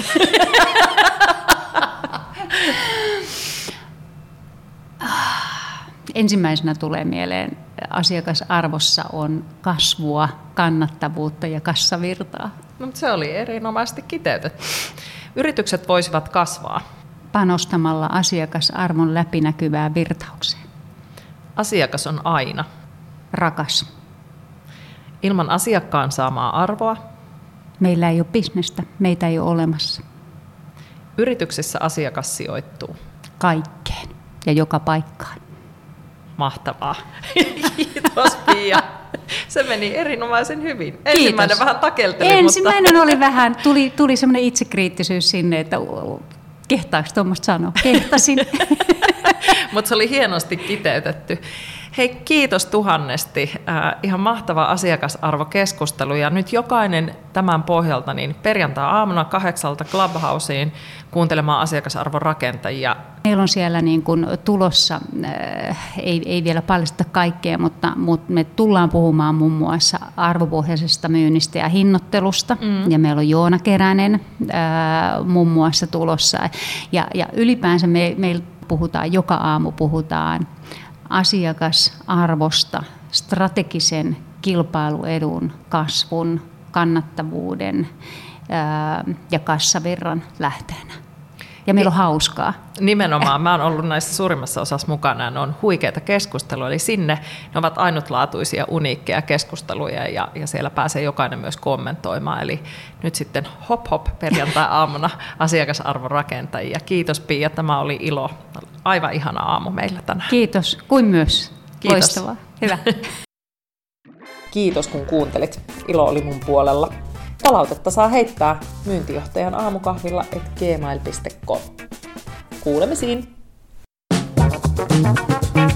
Ensimmäisenä tulee mieleen, asiakasarvossa on kasvua, kannattavuutta ja kassavirtaa. No, se oli erinomaisesti kiteytetty. Yritykset voisivat kasvaa panostamalla asiakasarvon läpinäkyvään virtaukseen. Asiakas on aina rakas. Ilman asiakkaan saamaa arvoa meillä ei ole bisnestä, meitä ei ole olemassa. Yrityksessä asiakas sijoittuu kaikkeen ja joka paikkaan. Mahtavaa. Kiitos, Pia. Se meni erinomaisen hyvin. Ensimmäinen Kiitos. Vähän takelteli. Ensimmäinen mutta oli vähän, tuli, tuli semmoinen itsekriittisyys sinne, että kehtaako tuommoista sanoa? Kehtasin. Mutta se oli hienosti kiteytetty. Hei, kiitos tuhannesti. Äh, ihan mahtava asiakasarvokeskustelu. Ja nyt jokainen tämän pohjalta niin perjantai-aamuna kahdeksalta Clubhouseen kuuntelemaan asiakasarvon rakentajia. Meillä on siellä niin kuin tulossa, ei, ei vielä paljasta kaikkea, mutta, mutta me tullaan puhumaan muun muassa arvopohjaisesta myynnistä ja hinnoittelusta. Mm. Ja meillä on Joona Keränen ää, muun muassa tulossa. Ja, ja ylipäänsä me, meillä puhutaan, joka aamu puhutaan asiakasarvosta, strategisen kilpailuedun, kasvun, kannattavuuden ää, ja kassavirran lähteenä. Ja meillä on hauskaa. Nimenomaan. Mä oon ollut näissä suurimmassa osassa mukana ja ne on huikeita keskustelua. Eli sinne ne ovat ainutlaatuisia, uniikkeja keskusteluja ja, ja siellä pääsee jokainen myös kommentoimaan. Eli nyt sitten hop hop perjantai-aamuna asiakasarvorakentajia. Kiitos Pia, tämä oli ilo. Aivan ihana aamu meillä tänään. Kiitos, kuin myös. Kiitos. Loistavaa. Hyvä. Kiitos kun kuuntelit. Ilo oli mun puolella. Palautetta saa heittää myyntijohtajan aamukahvilla at gmail piste com. Kuulemisiin!